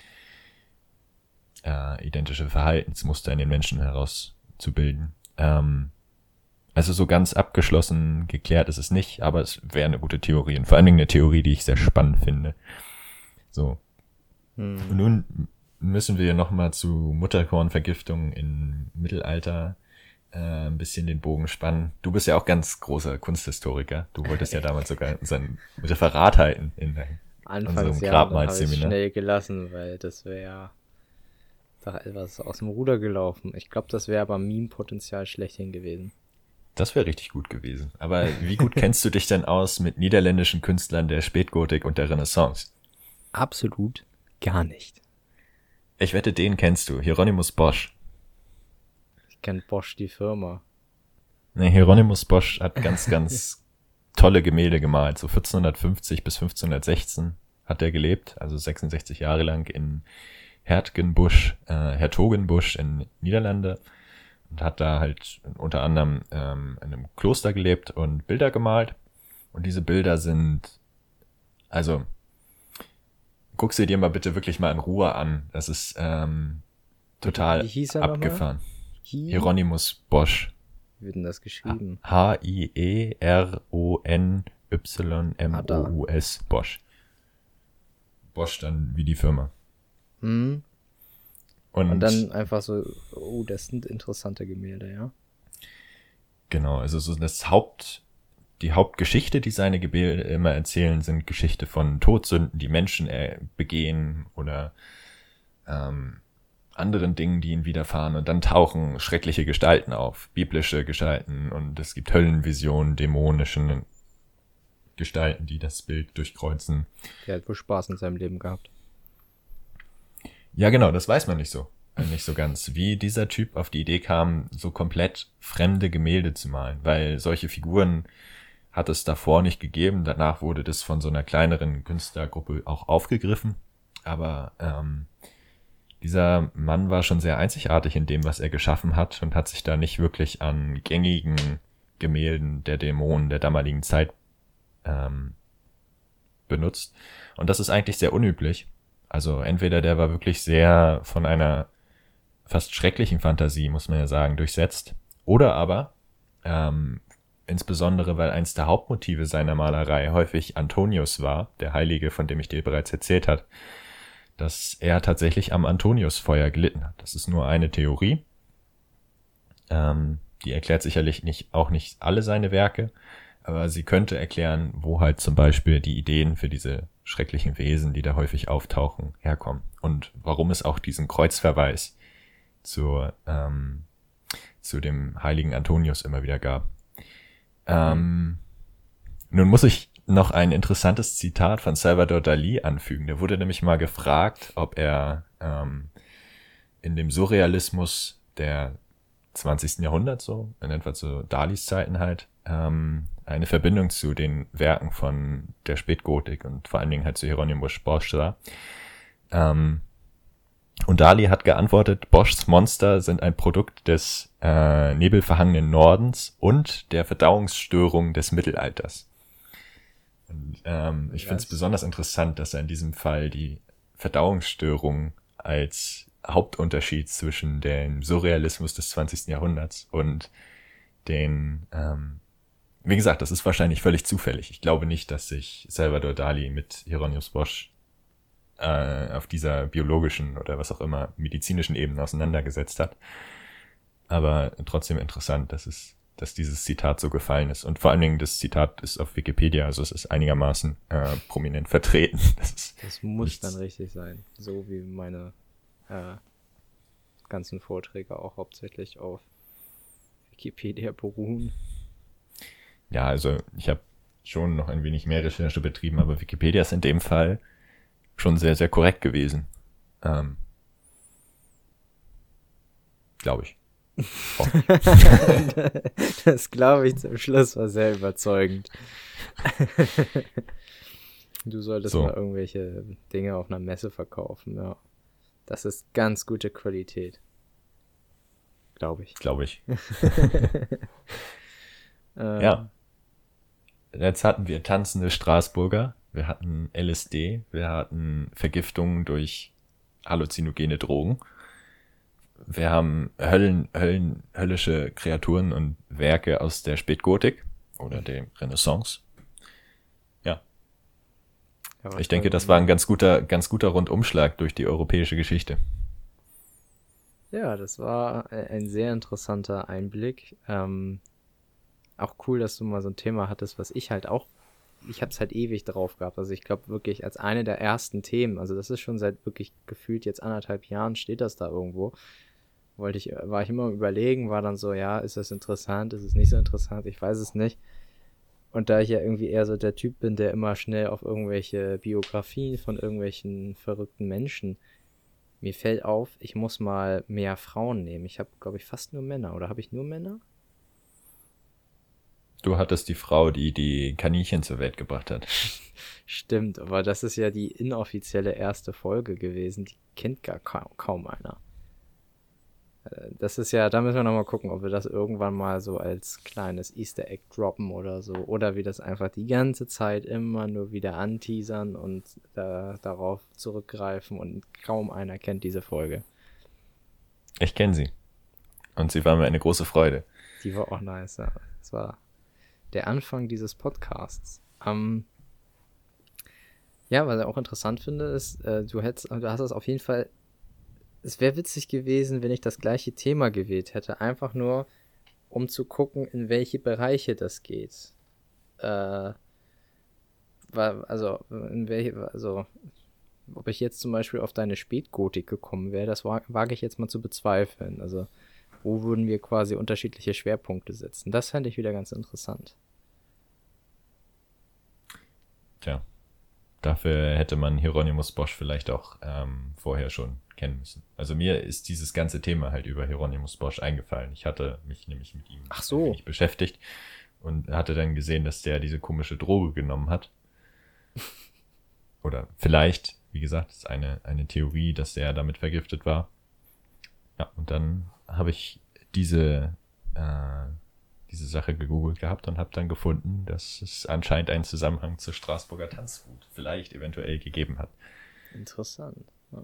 Verhaltensmuster in den Menschen herauszubilden. Also so ganz abgeschlossen geklärt ist es nicht, aber es wäre eine gute Theorie und vor allen Dingen eine Theorie, die ich sehr spannend finde. So. Und nun müssen wir nochmal zu Mutterkornvergiftung im Mittelalter ein bisschen den Bogen spannen. Du bist ja auch ganz großer Kunsthistoriker. Du wolltest ja damals sogar sein Referat halten in unserem Grabmalseminar. Ich schnell gelassen, weil das wäre ja doch etwas aus dem Ruder gelaufen. Ich glaube, das wäre aber Meme-Potenzial schlechthin gewesen. Das wäre richtig gut gewesen. Aber wie gut kennst du dich denn aus mit niederländischen Künstlern der Spätgotik und der Renaissance? Absolut gar nicht. Ich wette, den kennst du. Hieronymus Bosch. Ich kenne Bosch, die Firma. Ne, Hieronymus Bosch hat ganz, ganz tolle Gemälde gemalt. So 1450 bis 1516 hat er gelebt. Also 66 Jahre lang in Hertogenbusch in Niederlande. Und hat da halt unter anderem in einem Kloster gelebt und Bilder gemalt. Und diese Bilder sind, also, guck sie dir mal bitte wirklich mal in Ruhe an. Das ist total Wie hieß er nochmal? abgefahren. Hieronymus Bosch. Wie wird denn das geschrieben? Hieronymus Bosch. Bosch dann wie die Firma. Hm. Und Und dann einfach so, oh, das sind interessante Gemälde, ja. genau, also so die Hauptgeschichte, die seine Gemälde immer erzählen, sind Geschichte von Todsünden, die Menschen begehen oder anderen Dingen, die ihnen widerfahren. Und dann tauchen schreckliche Gestalten auf, biblische Gestalten, und es gibt Höllenvisionen, dämonische Gestalten, die das Bild durchkreuzen. Der hat wohl Spaß in seinem Leben gehabt. Ja, genau, das weiß man nicht so ganz, wie dieser Typ auf die Idee kam, so komplett fremde Gemälde zu malen, weil solche Figuren hat es davor nicht gegeben. Danach wurde das von so einer kleineren Künstlergruppe auch aufgegriffen, aber dieser Mann war schon sehr einzigartig in dem, was er geschaffen hat, und hat sich da nicht wirklich an gängigen Gemälden der Dämonen der damaligen Zeit benutzt. Und das ist eigentlich sehr unüblich. Also entweder der war wirklich sehr von einer fast schrecklichen Fantasie, muss man ja sagen, durchsetzt, oder aber insbesondere, weil eins der Hauptmotive seiner Malerei häufig Antonius war, der Heilige, von dem ich dir bereits erzählt habe, dass er tatsächlich am Antoniusfeuer gelitten hat. Das ist nur eine Theorie. Die erklärt sicherlich auch nicht alle seine Werke, aber sie könnte erklären, wo halt zum Beispiel die Ideen für diese schrecklichen Wesen, die da häufig auftauchen, herkommen. Und warum es auch diesen Kreuzverweis zu dem heiligen Antonius immer wieder gab. Nun muss ich noch ein interessantes Zitat von Salvador Dalí anfügen. Der wurde nämlich mal gefragt, ob er in dem Surrealismus der 20. Jahrhundert, so in etwa zu Dalis Zeiten halt, eine Verbindung zu den Werken von der Spätgotik und vor allen Dingen halt zu Hieronymus Bosch sah. Und Dalí hat geantwortet, Boschs Monster sind ein Produkt des nebelverhangenen Nordens und der Verdauungsstörung des Mittelalters. Und ich finde es besonders interessant, dass er in diesem Fall die Verdauungsstörung als Hauptunterschied zwischen dem Surrealismus des 20. Jahrhunderts und den, wie gesagt, das ist wahrscheinlich völlig zufällig. Ich glaube nicht, dass sich Salvador Dalí mit Hieronymus Bosch auf dieser biologischen oder was auch immer medizinischen Ebene auseinandergesetzt hat. Aber trotzdem interessant, dass dieses Zitat so gefallen ist. Und vor allen Dingen, das Zitat ist auf Wikipedia, also es ist einigermaßen prominent vertreten. Das muss dann richtig sein. So wie meine ganzen Vorträge auch hauptsächlich auf Wikipedia beruhen. Ja, also ich habe schon noch ein wenig mehr Recherche betrieben, aber Wikipedia ist in dem Fall schon sehr, sehr korrekt gewesen. Glaube ich. Oh. Das glaube ich zum Schluss war sehr überzeugend. Du solltest mal irgendwelche Dinge auf einer Messe verkaufen, ja. Das ist ganz gute Qualität. Glaube ich. Glaube ich. Ja. Jetzt hatten wir tanzende Straßburger, wir hatten LSD, wir hatten Vergiftungen durch halluzinogene Drogen. Wir haben höllische Kreaturen und Werke aus der Spätgotik oder der Renaissance. Ja. Ich denke, das war ein ganz guter Rundumschlag durch die europäische Geschichte. Ja, das war ein sehr interessanter Einblick. Auch cool, dass du mal so ein Thema hattest, was ich habe es halt ewig drauf gehabt. Also ich glaube wirklich als eine der ersten Themen, also das ist schon seit wirklich gefühlt jetzt 1,5 Jahren steht das da irgendwo. War ich immer am Überlegen, war dann so, ja, ist das interessant, ist es nicht so interessant, ich weiß es nicht. Und da ich ja irgendwie eher so der Typ bin, der immer schnell auf irgendwelche Biografien von irgendwelchen verrückten Menschen, mir fällt auf, ich muss mal mehr Frauen nehmen. Ich habe, glaube ich, fast nur Männer. Oder habe ich nur Männer? Du hattest die Frau, die die Kaninchen zur Welt gebracht hat. Stimmt, aber das ist ja die inoffizielle erste Folge gewesen. Die kennt gar kaum einer. Das ist ja, da müssen wir nochmal gucken, ob wir das irgendwann mal so als kleines Easter Egg droppen oder so. Oder wir das einfach die ganze Zeit immer nur wieder anteasern und darauf zurückgreifen und kaum einer kennt diese Folge. Ich kenne sie. Und sie war mir eine große Freude. Die war auch nice, ja. Das war der Anfang dieses Podcasts. Ja, was ich auch interessant finde, ist, du hast es auf jeden Fall. Es wäre witzig gewesen, wenn ich das gleiche Thema gewählt hätte. Einfach nur, um zu gucken, in welche Bereiche das geht. Ob ich jetzt zum Beispiel auf deine Spätgotik gekommen wäre, das wage ich jetzt mal zu bezweifeln. Also, wo würden wir quasi unterschiedliche Schwerpunkte setzen? Das fände ich wieder ganz interessant. Tja, dafür hätte man Hieronymus Bosch vielleicht auch vorher schon kennen müssen. Also mir ist dieses ganze Thema halt über Hieronymus Bosch eingefallen. Ich hatte mich nämlich mit ihm ein wenig beschäftigt und hatte dann gesehen, dass der diese komische Droge genommen hat. Oder vielleicht, wie gesagt, ist eine Theorie, dass der damit vergiftet war. Ja, und dann habe ich diese Sache gegoogelt gehabt und habe dann gefunden, dass es anscheinend einen Zusammenhang zur Straßburger Tanzwut vielleicht eventuell gegeben hat. Interessant.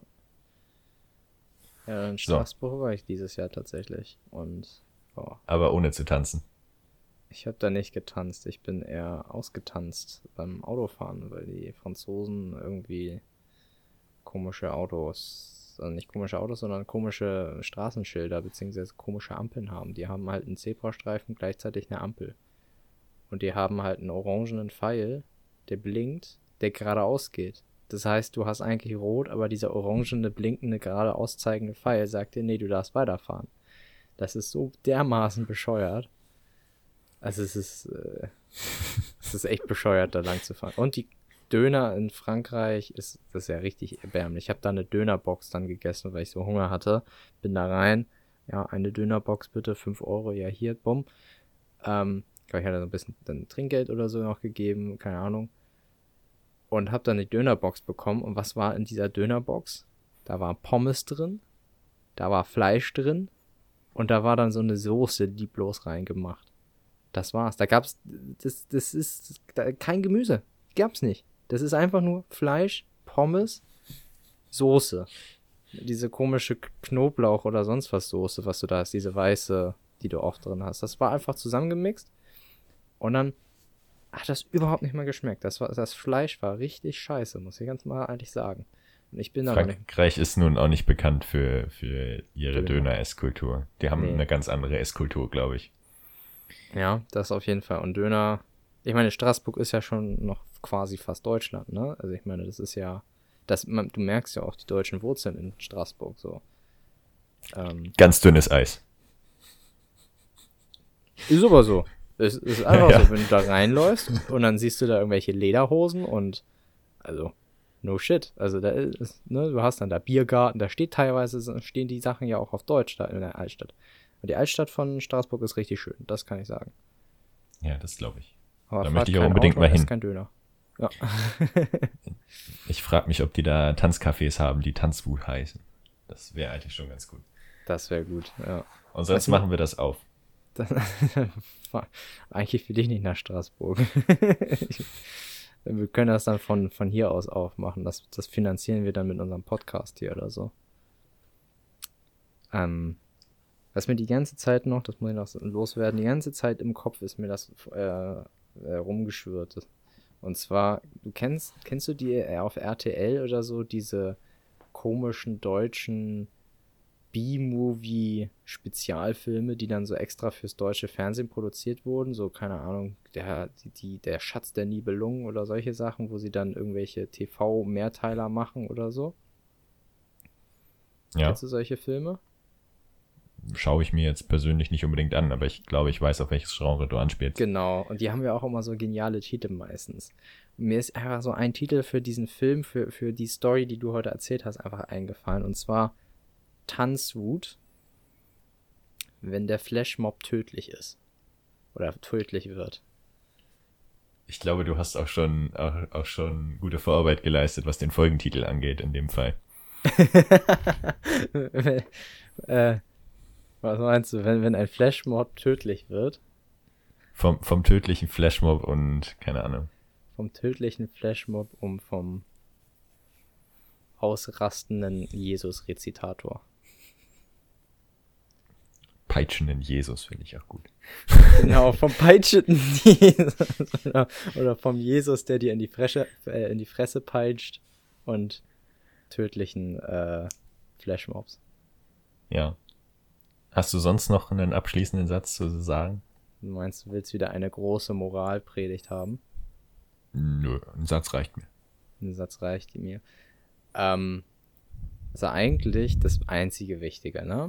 Ja, in Straßburg war ich dieses Jahr tatsächlich. Und aber ohne zu tanzen. Ich habe da nicht getanzt. Ich bin eher ausgetanzt beim Autofahren, weil die Franzosen irgendwie komische Autos, also nicht komische Autos, sondern komische Straßenschilder beziehungsweise komische Ampeln haben. Die haben halt einen Zebrastreifen, gleichzeitig eine Ampel. Und die haben halt einen orangenen Pfeil, der blinkt, der geradeaus geht. Das heißt, du hast eigentlich rot, aber dieser orangene, blinkende, geradeaus zeigende Pfeil sagt dir, nee, du darfst weiterfahren. Das ist so dermaßen bescheuert. Also es ist echt bescheuert, da lang zu fahren. Und die Döner in Frankreich das ist ja richtig erbärmlich. Ich habe da eine Dönerbox dann gegessen, weil ich so Hunger hatte. Bin da rein. Ja, eine Dönerbox bitte, 5 Euro. Ja, hier, bumm. Ich glaube, ich hatte so ein bisschen dann Trinkgeld oder so noch gegeben, keine Ahnung. Und habe dann die Dönerbox bekommen. Und was war in dieser Dönerbox? Da war Pommes drin, da war Fleisch drin und da war dann so eine Soße, die bloß reingemacht. Das war's. Da gab's, das ist kein Gemüse. Gab's nicht. Das ist einfach nur Fleisch, Pommes, Soße. Diese komische Knoblauch oder sonst was Soße, was du da hast, diese weiße, die du oft drin hast. Das war einfach zusammengemixt und dann hat das überhaupt nicht mehr geschmeckt. Das Fleisch war richtig scheiße, muss ich ganz mal ehrlich sagen. Und ich bin Frankreich ist nun auch nicht bekannt für ihre Döner-Esskultur. Die haben eine ganz andere Esskultur, glaube ich. Ja, das auf jeden Fall. Und Döner, ich meine, Straßburg ist ja schon noch quasi fast Deutschland, ne? Also ich meine, das ist ja, du merkst ja auch die deutschen Wurzeln in Straßburg so. Ganz dünnes Eis. Ist aber so. Es ist einfach so, wenn du da reinläufst und dann siehst du da irgendwelche Lederhosen und also no shit. Also da ist, ne, du hast dann da Biergarten, da stehen die Sachen ja auch auf Deutsch da in der Altstadt. Und die Altstadt von Straßburg ist richtig schön, das kann ich sagen. Ja, das glaube ich. Aber da möchte ich auch unbedingt mal hin. Ist kein Döner. Ja. Ich frage mich, ob die da Tanzcafés haben, die Tanzwut heißen. Das wäre eigentlich schon ganz gut. Das wäre gut, ja. Und sonst machen wir das auf. Eigentlich will ich nicht nach Straßburg. Wir können das dann von hier aus aufmachen. Das finanzieren wir dann mit unserem Podcast hier oder so. Was mir die ganze Zeit noch, das muss ich noch loswerden, die ganze Zeit im Kopf ist mir das rumgeschwirrt. Und zwar, kennst du die auf RTL oder so, diese komischen deutschen B-Movie-Spezialfilme, die dann so extra fürs deutsche Fernsehen produziert wurden, so, keine Ahnung, der Schatz der Nibelungen oder solche Sachen, wo sie dann irgendwelche TV-Mehrteiler machen oder so. Ja. Kennst du solche Filme? Schaue ich mir jetzt persönlich nicht unbedingt an, aber ich glaube, ich weiß, auf welches Genre du anspielst. Genau, und die haben ja auch immer so geniale Titel meistens. Und mir ist einfach so ein Titel für diesen Film, für die Story, die du heute erzählt hast, einfach eingefallen, und zwar Tanzwut, wenn der Flashmob tödlich ist. Oder tödlich wird. Ich glaube, du hast auch schon gute Vorarbeit geleistet, was den Folgentitel angeht, in dem Fall. Was meinst du, wenn ein Flashmob tödlich wird? Vom tödlichen Flashmob und keine Ahnung. Vom tödlichen Flashmob vom ausrastenden Jesus-Rezitator. Peitschenden Jesus finde ich auch gut. Genau, vom peitschenden Jesus. Oder vom Jesus, der dir in die Fresse peitscht und tödlichen Flashmobs. Ja. Hast du sonst noch einen abschließenden Satz zu sagen? Du meinst, du willst wieder eine große Moralpredigt haben? Nö, ein Satz reicht mir. Ein Satz reicht mir. Also eigentlich das einzige Wichtige, ne?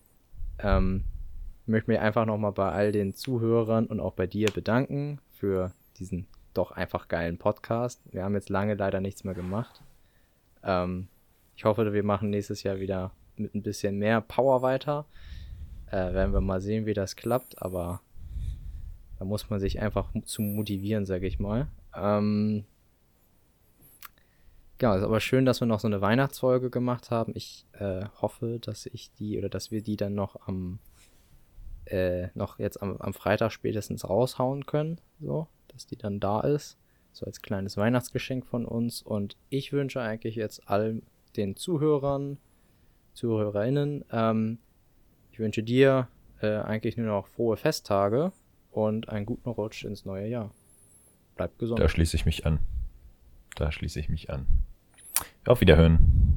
Ich möchte mich einfach nochmal bei all den Zuhörern und auch bei dir bedanken für diesen doch einfach geilen Podcast. Wir haben jetzt lange leider nichts mehr gemacht. Ich hoffe, wir machen nächstes Jahr wieder mit ein bisschen mehr Power weiter. Werden wir mal sehen, wie das klappt, aber da muss man sich einfach zu motivieren, sage ich mal. Genau, ist aber schön, dass wir noch so eine Weihnachtsfolge gemacht haben. Ich hoffe, dass wir die dann noch jetzt am Freitag spätestens raushauen können, so, dass die dann da ist, so als kleines Weihnachtsgeschenk von uns. Und ich wünsche eigentlich jetzt all den ZuhörerInnen, ich wünsche dir eigentlich nur noch frohe Festtage und einen guten Rutsch ins neue Jahr. Bleib gesund. Da schließe ich mich an. Auf Wiederhören.